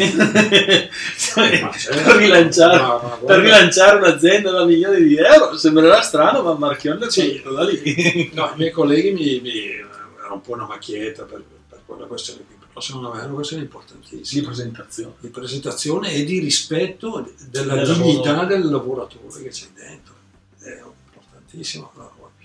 Per rilanciare, ma, ma per rilanciare un'azienda da milioni di euro sembrerà strano, ma Marchionne sì, da lì. No, i miei colleghi mi, mi era un po' una macchietta per, per quella questione qui, però secondo me è una questione importantissima Di presentazione. di presentazione e di rispetto della Del dignità lavoro. del lavoratore che c'è dentro. È importantissima quella roba qui.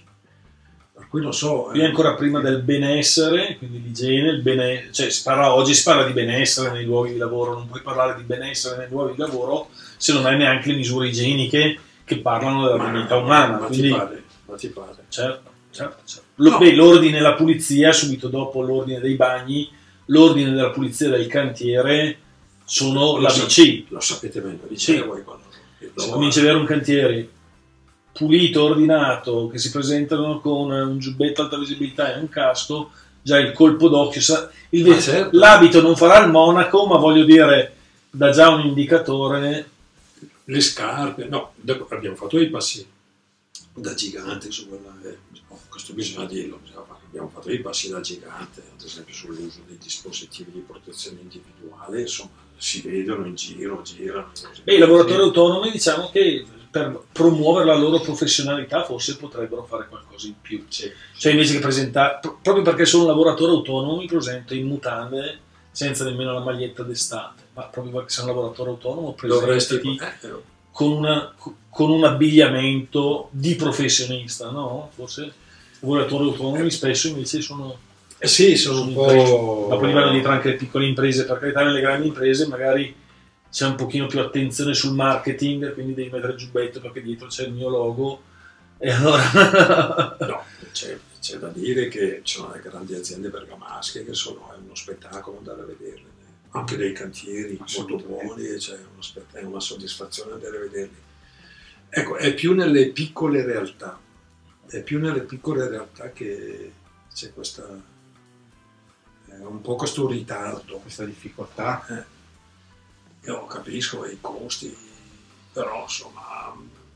Per cui non so. Qui eh, ancora prima del benessere, quindi l'igiene, il bene, cioè si parla, oggi si parla di benessere nei luoghi di lavoro, non puoi parlare di benessere nei luoghi di lavoro se non hai neanche le misure igieniche che parlano della ma, dignità umana. Ma Quindi, ti pare, ma ti pare. certo, certo, certo. Lo- No. beh, l'ordine e la pulizia, subito dopo l'ordine dei bagni, l'ordine della pulizia del cantiere sono Lo l'A sa- B C. Lo sapete meglio di Sì. me voi quando Se cominci ad avere un cantiere pulito, ordinato, che si presentano con un giubbetto alta visibilità e un casco, già il colpo d'occhio, sa- il- Ma certo. l'abito non farà il monaco, ma voglio dire, dà già un indicatore. le scarpe, no, dopo abbiamo fatto i passi da gigante su quella, eh, questo bisogna dirlo, bisogna fare. Abbiamo fatto i passi da gigante, ad esempio sull'uso dei dispositivi di protezione individuale, insomma, si vedono in giro, girano. Così. Beh, i lavoratori autonomi, diciamo che per promuovere la loro professionalità forse potrebbero fare qualcosa in più. Sì. Cioè invece che presentare, pro- proprio perché sono un lavoratore autonomo, mi presento in mutande senza nemmeno la maglietta d'estate, ma proprio perché sei un lavoratore autonomo, Dovresti, presentati eh, con, una, con un abbigliamento di professionista, no? Forse i lavoratori autonomi spesso invece sono... eh sì, sono un po'... Dopo livello dietro anche le piccole imprese, per carità nelle grandi imprese magari c'è un pochino più attenzione sul marketing, quindi devi mettere il giubbetto perché dietro c'è il mio logo e allora... No, c'è, c'è da dire che ci sono le grandi aziende bergamasche che sono, è uno spettacolo andare a vederle, anche dei cantieri molto buoni, e c'è uno spett- è una soddisfazione andare a vederli. Ecco, è più nelle piccole realtà, è più nelle piccole realtà che c'è questa, è un po' questo ritardo. Questa difficoltà. Eh, io capisco i costi, però insomma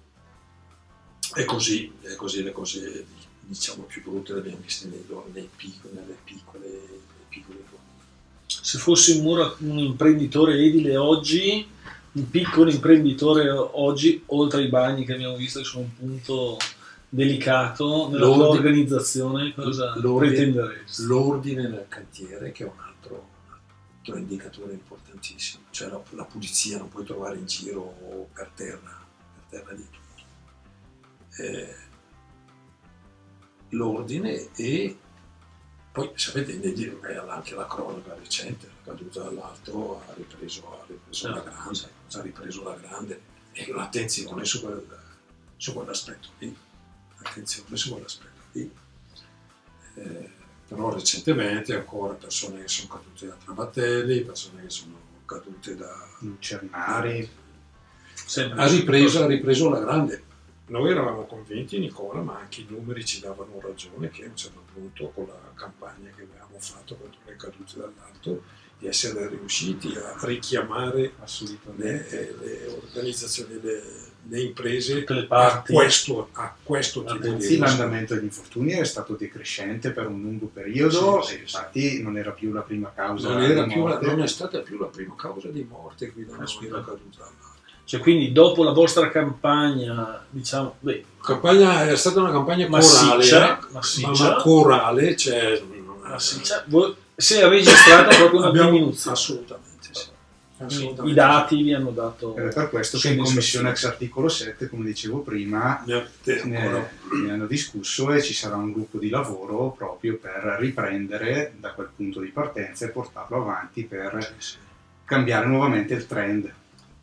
è così, è così, le cose diciamo più brutte le abbiamo viste nei, nei piccoli, nelle piccole, nei piccoli luoghi. Se fossi un, mura- un imprenditore edile oggi un piccolo imprenditore oggi, oltre ai bagni che abbiamo visto che sono un punto delicato nella tua L'ordine- organizzazione, cosa l'ordine- pretenderesti? L'ordine nel cantiere, che è un altro, un altro indicatore importantissimo, cioè la, la pulizia non puoi trovare in giro o per terra, per terra di tutto. Eh, l'ordine e poi sapete negli- eh, anche la cronaca recente, la caduta dall'alto ha ripreso, ha ripreso la grande, ha ripreso la grande e l'attenzione su, quel, su quell'aspetto lì, attenzione su quell'aspetto lì. Eh, però recentemente ancora persone che sono cadute da Trabattelli, persone che sono cadute da Lucernari. Sempre ha ripreso, ha ripreso la grande. Noi eravamo convinti, Nicola, ma anche i numeri ci davano ragione che a un certo punto con la campagna che avevamo fatto contro le cadute dall'alto di essere riusciti a richiamare Assolutamente. le, le organizzazioni, le, le imprese Tutte le a parti. questo, a questo tipo Attenzione. di Sì, l'andamento degli infortuni è stato decrescente per un lungo periodo Sì, e sì, infatti non era più la prima causa non, era di più la- morte. non è stata più la prima causa di morte qui da noi, Assolutamente. la caduta dall'alto. Cioè, quindi dopo la vostra campagna, diciamo, beh, Campagna, è stata una campagna Massiccia, corale, massiccia. ma, ma corale, cioè massiccia, voi si è registrata proprio una abbiamo diminuzione. assolutamente sì. Quindi Assolutamente I dati vi hanno dato... Ed è per questo che sono in commissione ex soddisfatti. articolo sette, come dicevo prima, sì. Ne avete ancora- ne, ne hanno discusso e ci sarà un gruppo di lavoro proprio per riprendere da quel punto di partenza e portarlo avanti per sì, sì. cambiare nuovamente il trend.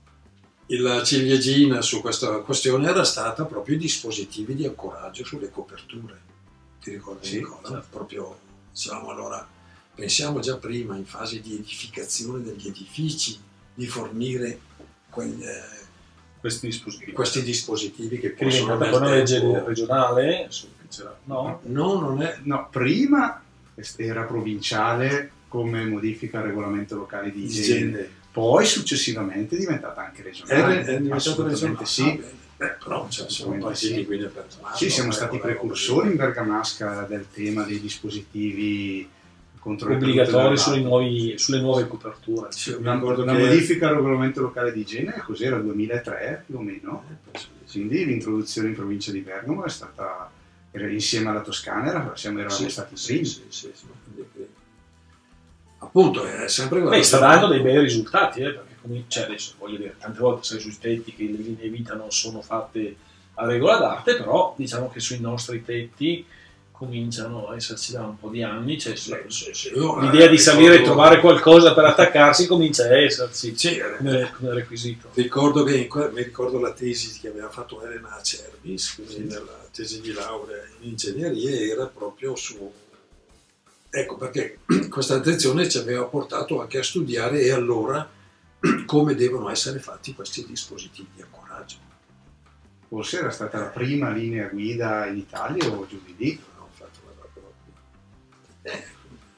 La ciliegina su questa questione era stata proprio i dispositivi di ancoraggio sulle coperture. Ti ricordi, Sì, Nicola? certo. Proprio, diciamo, allora, pensiamo già prima, in fase di edificazione degli edifici, di fornire quegli, eh, Questi dispositivi. questi dispositivi che Che possono diventata nel poi una legge tempo- regionale, su- che c'era- no? No, non è... No, prima era provinciale come modifica al regolamento locale di igiene, igiene. poi successivamente è diventata anche È, regionale. è diventato Assolutamente regionale. sì. Ah, bene. Beh, però cioè, siamo Assolutamente partiti sì. quindi per Sì, siamo stati precursori in Bergamasca del tema dei dispositivi contro le Obbligatori cadute sulle, dall'alto. nuove, sulle nuove coperture. Sì, mi Una, ricordo una che- modifica al regolamento locale di igiene, cos'era, duemilatré più o meno? Eh, penso di sì. Quindi l'introduzione in provincia di Bergamo è stata, era insieme alla Toscana, era- siamo, eravamo Sì, stati i sì, primi. sì, sì, sì, quindi che- appunto è sempre Beh, sta dando dei bei risultati, eh, perché come, cioè, adesso voglio dire, tante volte sai sui tetti che le linee vita non sono fatte a regola d'arte, però diciamo che sui nostri tetti cominciano a esserci da un po' di anni, cioè, Sì, sì, sì. Io, l'idea eh, di salire e ricordo- trovare qualcosa per attaccarsi comincia a esserci Sì, eh, come, come requisito. ricordo che in que- mi ricordo la tesi che aveva fatto Elena Acerbis, quindi nella tesi di laurea in ingegneria, era proprio su... Ecco perché questa attenzione ci aveva portato anche a studiare e allora come devono essere fatti questi dispositivi di ancoraggio. Forse era stata la prima linea guida in Italia o giù di lì. No, fatto una roba proprio- Eh.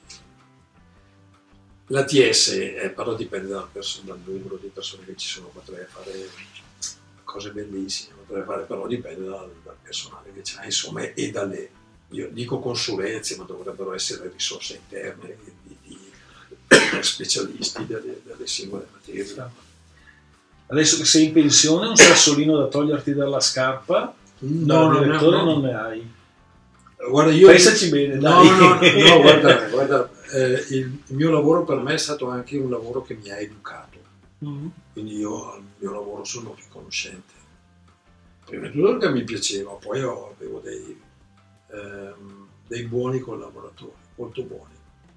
La T S, eh, però dipende dal, perso- dal numero di persone che ci sono, potrei fare cose bellissime, potrei fare, però dipende dal, dal personale che c'è, insomma, e dalle, io dico consulenze, ma dovrebbero essere risorse interne di, di specialisti delle, delle singole materie. Adesso che sei in pensione, un sassolino da toglierti dalla scarpa, da no, direttore no. non ne hai. Guarda, io, Pensaci bene, no, dai. no, no, guarda, guarda eh, il, il mio lavoro per me è stato anche un lavoro che mi ha educato, Mm. quindi io al mio lavoro sono riconoscente. Prima di tutto perché mi piaceva, poi ho- avevo dei, ehm, dei buoni collaboratori, molto buoni.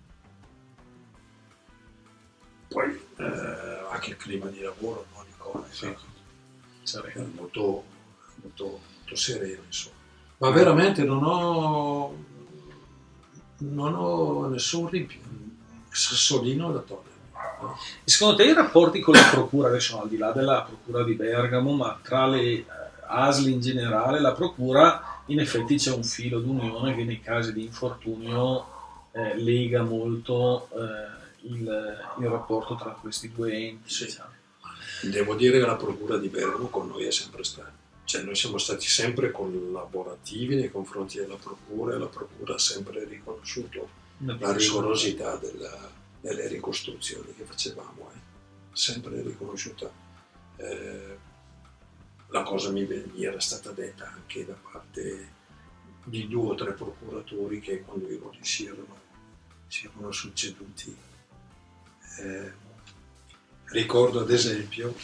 Poi eh, anche il clima di lavoro, no, Nicola? Sì. Era molto, molto, molto sereno, insomma. Ma veramente non ho, non ho nessun rimpi- sassolino da togliere. No? E secondo te i rapporti con la procura, adesso al di là della procura di Bergamo, ma tra le eh, A S L in generale, la procura in effetti c'è un filo d'unione che nei casi di infortunio eh, lega molto eh, il, il rapporto tra questi due enti. Sì. Diciamo. Devo dire che la procura di Bergamo con noi è sempre stata, cioè noi siamo stati sempre collaborativi nei confronti della procura e la procura ha sempre riconosciuto la rigorosità della, delle ricostruzioni che facevamo, eh. sempre riconosciuta eh, la cosa mi, mi era stata detta anche da parte di due o tre procuratori che quando io lì si erano, si erano succeduti. Eh, ricordo ad esempio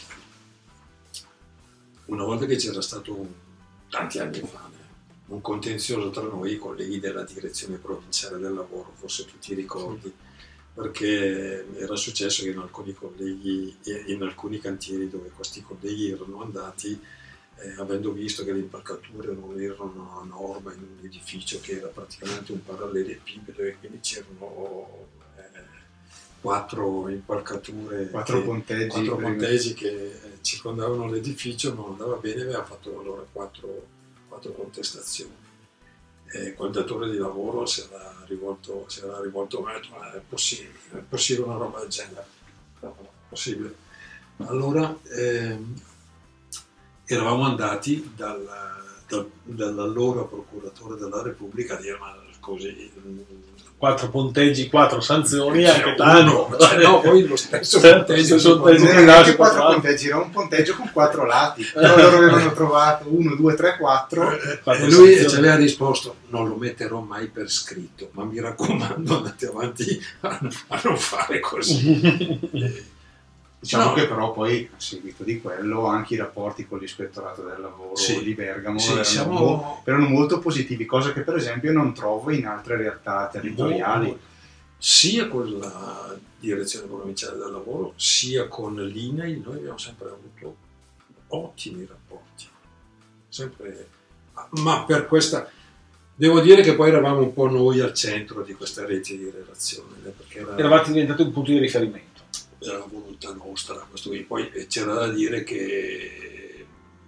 una volta che c'era stato un, tanti anni fa un contenzioso tra noi, i colleghi della direzione provinciale del lavoro, forse tu ti ricordi, perché era successo che in alcuni colleghi, in alcuni cantieri dove questi colleghi erano andati, eh, avendo visto che le impalcature non erano a norma in un edificio che era praticamente un parallelepipedo e quindi c'erano eh, quattro impalcature, Quattro che, ponteggi, quattro ponteggi che circondavano l'edificio, non andava bene, aveva fatto allora quattro quattro contestazioni. E quel datore di lavoro si era rivolto, si era rivolto a me, ma è possibile, è possibile una roba del genere? No, no, è possibile. Allora ehm, eravamo andati dal, dal, dall'allora procuratore della Repubblica a dire ma così... Quattro ponteggi, quattro sanzioni, Cioè, anche tanto. uno, cioè, no, poi lo stesso Certo, ponteggio, stesso su- ponteggio. Non che erano neanche nasce quattro quattro ponteggi, era un ponteggio con quattro lati. Però loro avevano trovato uno, due, tre, quattro. Quattro E lui sanzioni. ci aveva risposto non lo metterò mai per scritto, ma mi raccomando andate avanti a, a non fare così. Diciamo No. che però poi a seguito di quello anche i rapporti con l'ispettorato del lavoro Sì. di Bergamo Sì, erano, siamo- mo- erano molto positivi, cosa che per esempio non trovo in altre realtà territoriali. Sia con la direzione provinciale del lavoro sia con l'I N A I noi abbiamo sempre avuto ottimi rapporti, sempre, ma per questa devo dire che poi eravamo un po' noi al centro di questa rete di relazione, eh, perché era, Eravate diventati un punto di riferimento. era la volontà nostra, questo qui. Poi c'era da dire che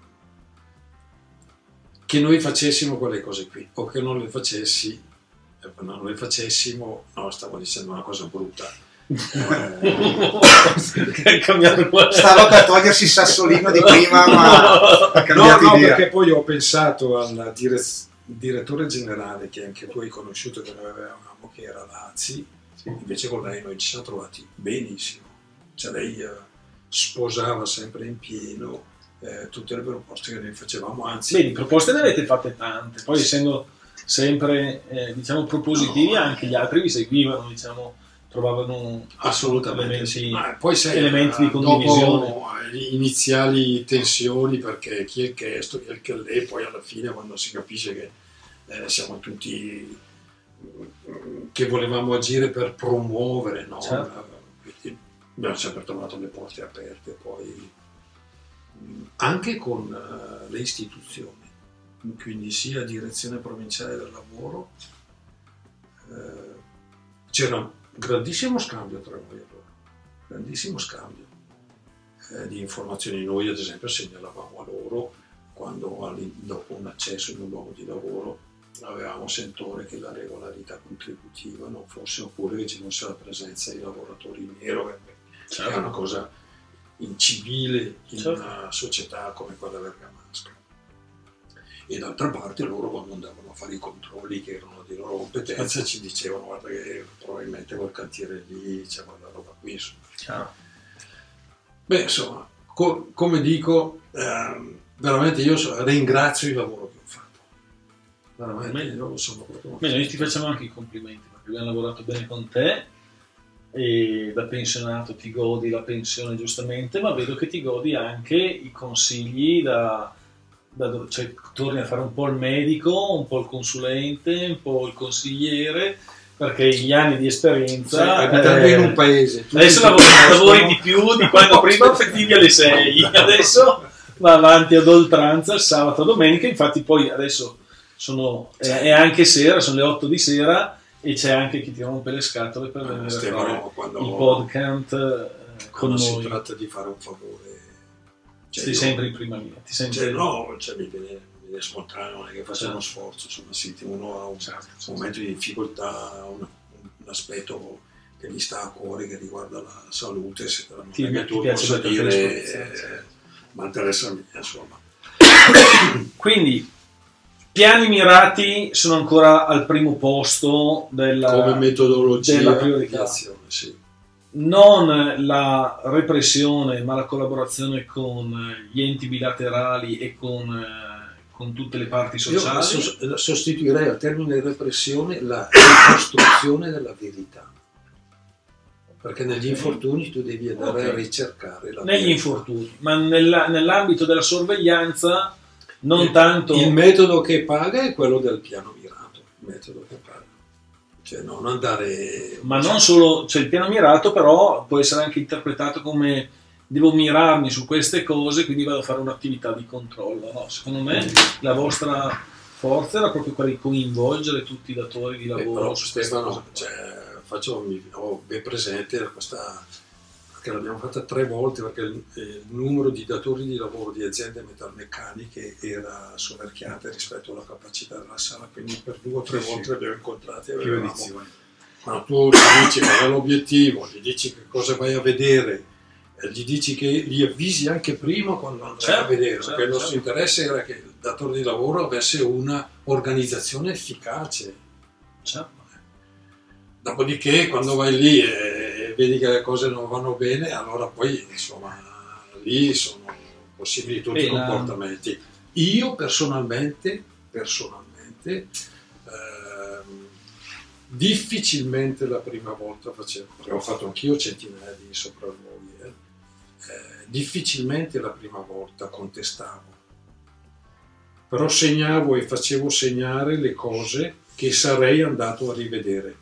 che noi facessimo quelle cose qui o che non le facessi non le facessimo, no, stavo dicendo una cosa brutta. Che è cambiato qua. Stava per togliersi il sassolino di prima, ma ha No, cambiato no, idea. perché poi ho pensato al direz- direttore generale che anche tu hai conosciuto, che noi avevamo, che era Lazzi, invece con lei noi ci siamo trovati benissimo. Cioè lei eh, sposava sempre in pieno eh, tutte le proposte che noi facevamo, anzi... Vedi, proposte ne avete fatte tante, poi essendo sempre eh, diciamo propositivi, No, anche gli altri vi seguivano, diciamo, trovavano Assolutamente elementi, sì. Ma poi sai, elementi di eh, condivisione. dopo eh, iniziali tensioni perché chi è il che è sto, chi è il che è, poi alla fine quando si capisce che eh, siamo tutti mm, che volevamo agire per promuovere, no? Certo. Quindi abbiamo sempre trovato le porte aperte poi mm, anche con eh, le istituzioni, quindi sia direzione provinciale del lavoro, eh, c'era un grandissimo scambio tra noi allora, grandissimo scambio eh, di informazioni. Noi ad esempio segnalavamo a loro quando all'in- dopo un accesso in un luogo di lavoro avevamo sentore che la regolarità contributiva non fosse, oppure che ci fosse la presenza di lavoratori in nero, che Certo. è una cosa incivile in Certo. una società come quella bergamasca. E d'altra parte loro quando andavano a fare i controlli che erano di loro competenza ci dicevano guarda che probabilmente quel cantiere lì c'è quella roba qui, insomma. Ciao. Beh, insomma, co- come dico, ehm, veramente io so- ringrazio il lavoro che ho fatto. Veramente, Meglio. io sono proprio... Bene, noi ti facciamo anche i complimenti perché abbiamo lavorato bene con te e da pensionato ti godi la pensione giustamente, ma vedo che ti godi anche i consigli da, da do- cioè torni a fare un po' il medico, un po' il consulente, un po' il consigliere, perché gli anni di esperienza Sai, abitando eh, in un paese tutti adesso si lavori, conoscono. lavori di più di quando prima fatichi alle sei, adesso va avanti ad oltranza il sabato e domenica, infatti poi adesso sono, è, è anche sera, sono le otto di sera e c'è anche chi ti rompe le scatole per Eh, venire a Stefano, fare quando- il podcast eh, con quando si noi. tratta di fare un favore, cioè, Sei io- sempre in prima linea, ti senti cioè, no, cioè, mi viene, mi viene spontaneo, non è che faccia Certo. uno sforzo, insomma, sì, uno ha un, Certo, certo. un momento di difficoltà, un, un aspetto che gli sta a cuore che riguarda la salute, se non Ti- è che ti tu piace possa metterti a dire, disposizione, eh, certo. ma interessa a me, insomma. Quindi piani mirati sono ancora al primo posto della, Come metodologia della di priorità. azione, sì. non la repressione, ma la collaborazione con gli enti bilaterali e con, eh, con tutte le parti sociali. Io sos- sostituirei al termine repressione la ricostruzione della verità. Perché negli infortuni tu devi andare okay. a ricercare la negli verità. infortuni, ma nella, nell'ambito della sorveglianza non il, tanto... Il metodo che paga è quello del piano mirato, il metodo che paga. Cioè non andare... Ma non solo, cioè il piano mirato però può essere anche interpretato come devo mirarmi su queste cose, quindi vado a fare un'attività di controllo. No, secondo me la vostra forza era proprio quella di coinvolgere tutti i datori di lavoro. Eh, però, su queste Stefano, cose. Cioè, faccio, ho ben presente questa, perché l'abbiamo fatta tre volte, perché il, il numero di datori di lavoro di aziende metalmeccaniche era soverchiante rispetto alla capacità della sala, quindi per due o tre sì, volte sì. li abbiamo incontrati e Più avevamo, edizioni. quando tu gli dici qual è l'obiettivo, gli dici che cosa vai a vedere, eh, gli dici che li avvisi anche prima quando andrai certo, a vedere, certo, perché il nostro certo. interesse era che il datore di lavoro avesse una organizzazione efficace. Certo. Dopodiché quando vai lì e vedi che le cose non vanno bene, allora poi insomma lì sono possibili tutti i la... comportamenti. Io personalmente, personalmente ehm, difficilmente la prima volta facevo, perché ho fatto anch'io centinaia di sopralluoghi, eh, eh, difficilmente la prima volta contestavo, però segnavo e facevo segnare le cose che sarei andato a rivedere.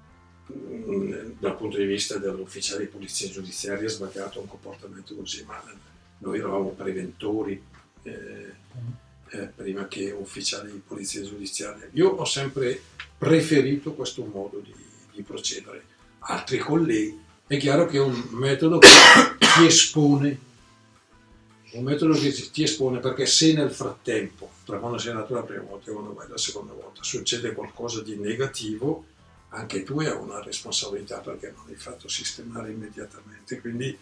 Dal punto di vista dell'ufficiale di polizia giudiziaria è sbagliato un comportamento così, ma noi eravamo preventori eh, eh, prima che ufficiali di polizia giudiziaria. Io ho sempre preferito questo modo di, di procedere. Altri colleghi, è chiaro che è un metodo che ti espone, un metodo che ti espone, perché se nel frattempo, tra quando sei andato la prima volta e quando vai la seconda volta, succede qualcosa di negativo, anche tu hai una responsabilità perché non hai fatto sistemare immediatamente. Quindi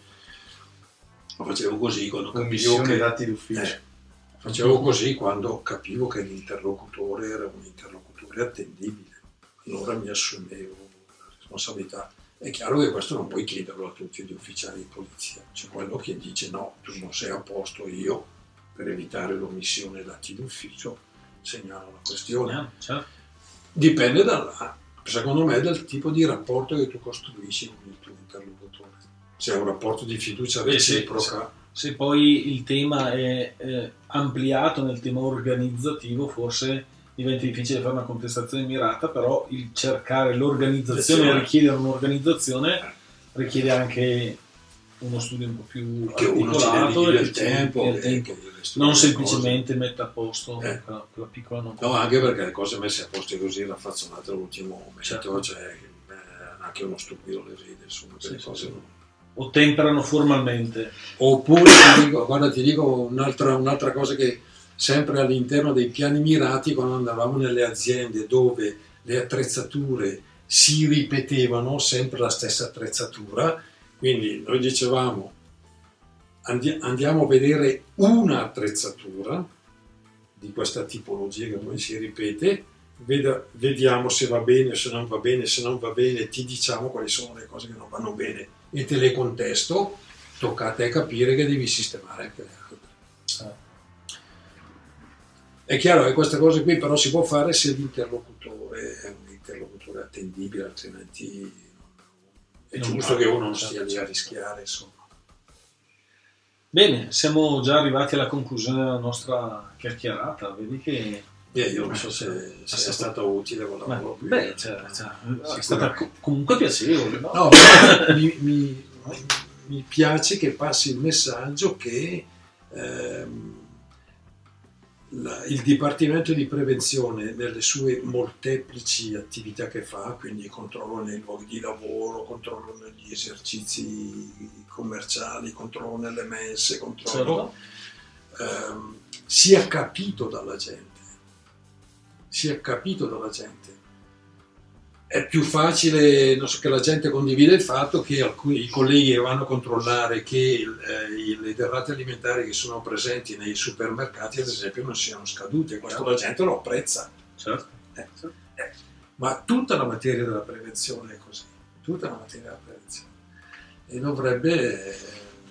lo facevo così quando capivo che dati d'ufficio. Eh, facevo così quando capivo che l'interlocutore era un interlocutore attendibile, allora mi assumevo la responsabilità. È chiaro che questo non puoi chiederlo a tutti gli ufficiali di polizia, c'è quello che dice no, tu non sei a posto, io per evitare l'omissione dati d'ufficio segnalo la questione. Certo. Dipende dalla secondo me dal tipo di rapporto che tu costruisci con il tuo interlocutore. Se è un rapporto di fiducia reciproca. Se, se poi il tema è eh, ampliato nel tema organizzativo, forse diventa difficile fare una contestazione mirata, però il cercare l'organizzazione e richiedere un'organizzazione richiede anche uno studio un po' più che articolato e il tempo, che, che, che, che non semplicemente metta a posto eh. quella, quella piccola nota. No, anche perché le cose messe a posto così raffazzonate all'ultimo momento, certo. Cioè eh, anche uno stupido le vede, insomma, sì, le sì, cose sì. non... O temperano formalmente. Oppure ti dico, guarda, ti dico un'altra, un'altra cosa che sempre all'interno dei piani mirati, quando andavamo nelle aziende dove le attrezzature si ripetevano, sempre la stessa attrezzatura, quindi noi dicevamo andi- andiamo a vedere una attrezzatura di questa tipologia che poi si ripete, ved- vediamo se va bene, se non va bene, se non va bene ti diciamo quali sono le cose che non vanno bene e te le contesto, tocca a te capire che devi sistemare anche le altre. Ah. È chiaro che queste cose qui però si può fare se l'interlocutore è un interlocutore attendibile, altrimenti è non giusto va, che uno non certo, stia lì a certo. rischiare, insomma. Bene, siamo già arrivati alla conclusione della nostra chiacchierata, vedi che... E io non so se, se sia stato utile con la Ma, lavoro qui. beh, cioè, cioè, è stata co- comunque piacevole, no? No, mi, mi, mi piace che passi il messaggio che ehm, la, il Dipartimento di Prevenzione nelle sue molteplici attività che fa, quindi controllo nei luoghi di lavoro, controllo negli esercizi commerciali, controllo nelle mense, controllo, Certo. ehm, sia capito dalla gente, sia capito dalla gente. È più facile, non so, che la gente condivide il fatto che alcuni i colleghi che vanno a controllare che eh, le derrate alimentari che sono presenti nei supermercati, ad esempio, non siano scadute. Questo la gente lo apprezza. Certo. Eh, eh. Ma tutta la materia della prevenzione è così. Tutta la materia della prevenzione. e dovrebbe, eh,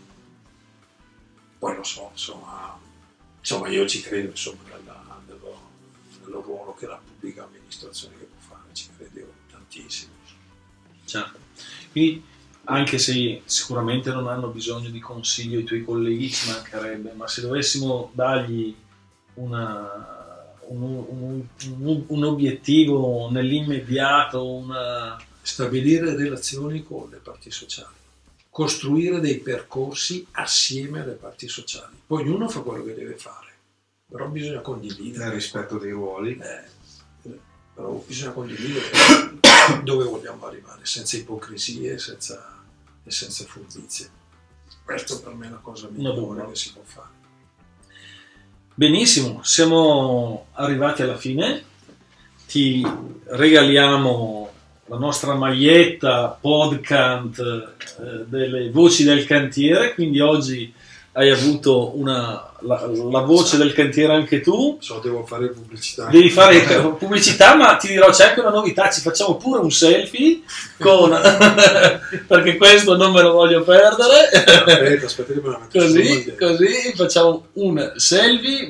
poi lo so, insomma, insomma io ci credo insomma, nella, nello, nello ruolo che la pubblica amministrazione che può fare, ci credo tantissimo. Certo. Quindi, anche se sicuramente non hanno bisogno di consiglio i tuoi colleghi, ci mancherebbe, ma se dovessimo dargli una, un, un, un, un obiettivo nell'immediato, una... stabilire relazioni con le parti sociali, costruire dei percorsi assieme alle parti sociali. Poi ognuno fa quello che deve fare, però bisogna condividere. Nel rispetto dei ruoli. Eh, però bisogna condividere dove vogliamo arrivare, senza ipocrisie senza, e senza furbizie. Questo per me è la cosa migliore che si può fare. Benissimo, siamo arrivati alla fine. Ti regaliamo la nostra maglietta podcast eh, delle voci del cantiere, quindi oggi hai avuto una, la, la voce del cantiere anche tu. So, devo fare pubblicità. Devi fare pubblicità, ma ti dirò c'è anche una novità, ci facciamo pure un selfie con perché questo non me lo voglio perdere. Aspetta, aspetta che me la metto così, così facciamo un selfie.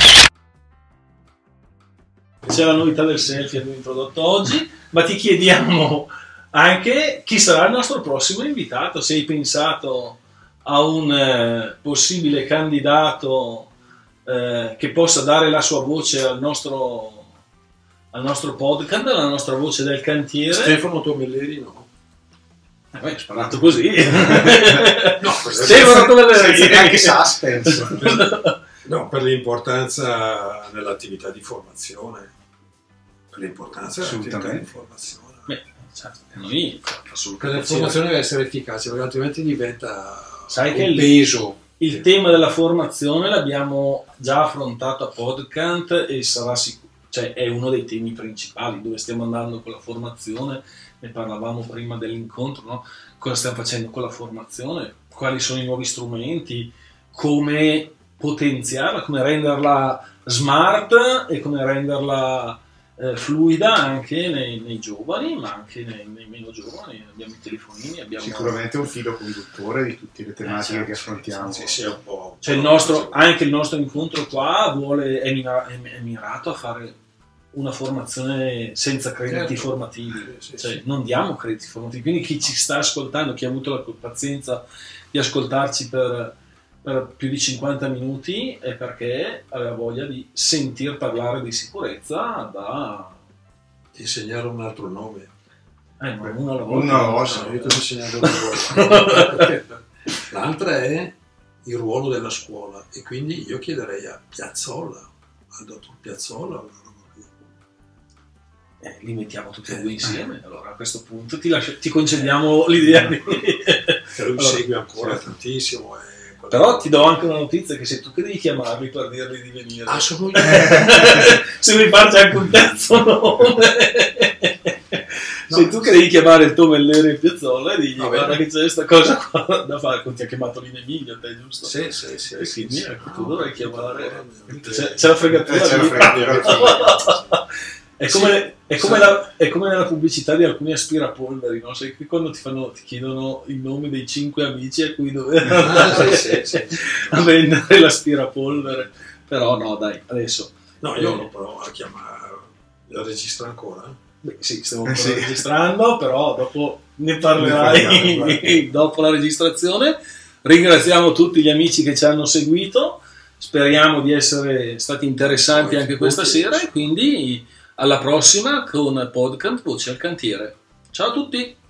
C'è la novità del selfie che abbiamo introdotto oggi, ma ti chiediamo anche chi sarà il nostro prossimo invitato, se hai pensato a un eh, possibile candidato eh, che possa dare la sua voce al nostro, al nostro podcast, alla nostra voce del cantiere. Stefano Tomelleri no. Eh, beh, sparato così. No, Stefano Tomelleri. Senza neanche suspense. No, per l'importanza dell'attività di formazione, per l'importanza dell'attività di formazione. Beh, certo, noi assolutamente. La formazione deve essere efficace, perché altrimenti diventa Sai un che il, peso. Il tema della formazione l'abbiamo già affrontato a podcast e sarà sicuro, cioè è uno dei temi principali, dove stiamo andando con la formazione. Ne parlavamo prima dell'incontro, no? Cosa stiamo facendo con la formazione, quali sono i nuovi strumenti, come potenziarla, come renderla smart e come renderla eh, fluida anche nei, nei giovani, ma anche nei, nei meno giovani. Abbiamo i telefonini, abbiamo sicuramente un filo conduttore di tutte le tematiche eh, certo, che affrontiamo. Sì, sì, un po', cioè il nostro, anche il nostro incontro qua vuole, è, mira, è, è mirato a fare una formazione senza crediti certo. formativi, sì, sì, cioè sì. non diamo crediti formativi, quindi chi ci sta ascoltando, chi ha avuto la pazienza di ascoltarci per per più di cinquanta minuti è perché aveva voglia di sentir parlare di sicurezza da... Ti insegnare un altro nome. Eh, ma uno alla volta. Una volta. Io ti ho insegnato una volta. L'altra è il ruolo della scuola, e quindi io chiederei a Piazzolla, al dottor Piazzolla, eh, li mettiamo tutti e due insieme. Allora a questo punto ti, lascio, ti concediamo l'idea di... che lui allora, segue ancora certo. tantissimo. Eh. Però ti do anche una notizia, che sei tu che devi chiamarli per dirgli di venire. Ah, sono io. Se vuoi farci anche un terzo nome. No, sei tu che devi chiamare il Tomelleri e Piazzolla e digli guarda che c'è questa cosa qua da fare. Ti ha chiamato l'Inemilio, te, giusto? Sì, sì, sì. E quindi sì, ecco, sì. tu No, dovrai no, chiamare... no, C'è, c'è la fregatura. C'è la fregatura. È come, sì, è, come sì. la, è come nella pubblicità di alcuni aspirapolveri, no? Sai che quando ti, fanno, ti chiedono il nome dei cinque amici a cui dover andare ah, sì, sì, sì. a vendere l'aspirapolvere. Però no, dai, adesso... No, io lo provo a chiamare. La registra ancora? Beh, sì, stiamo Eh, sì. registrando, però dopo ne parlerai Ne parliamo, dopo la registrazione. Ringraziamo tutti gli amici che ci hanno seguito, speriamo di essere stati interessanti anche questa sera e quindi alla prossima con podcast Voce al Cantiere. Ciao a tutti!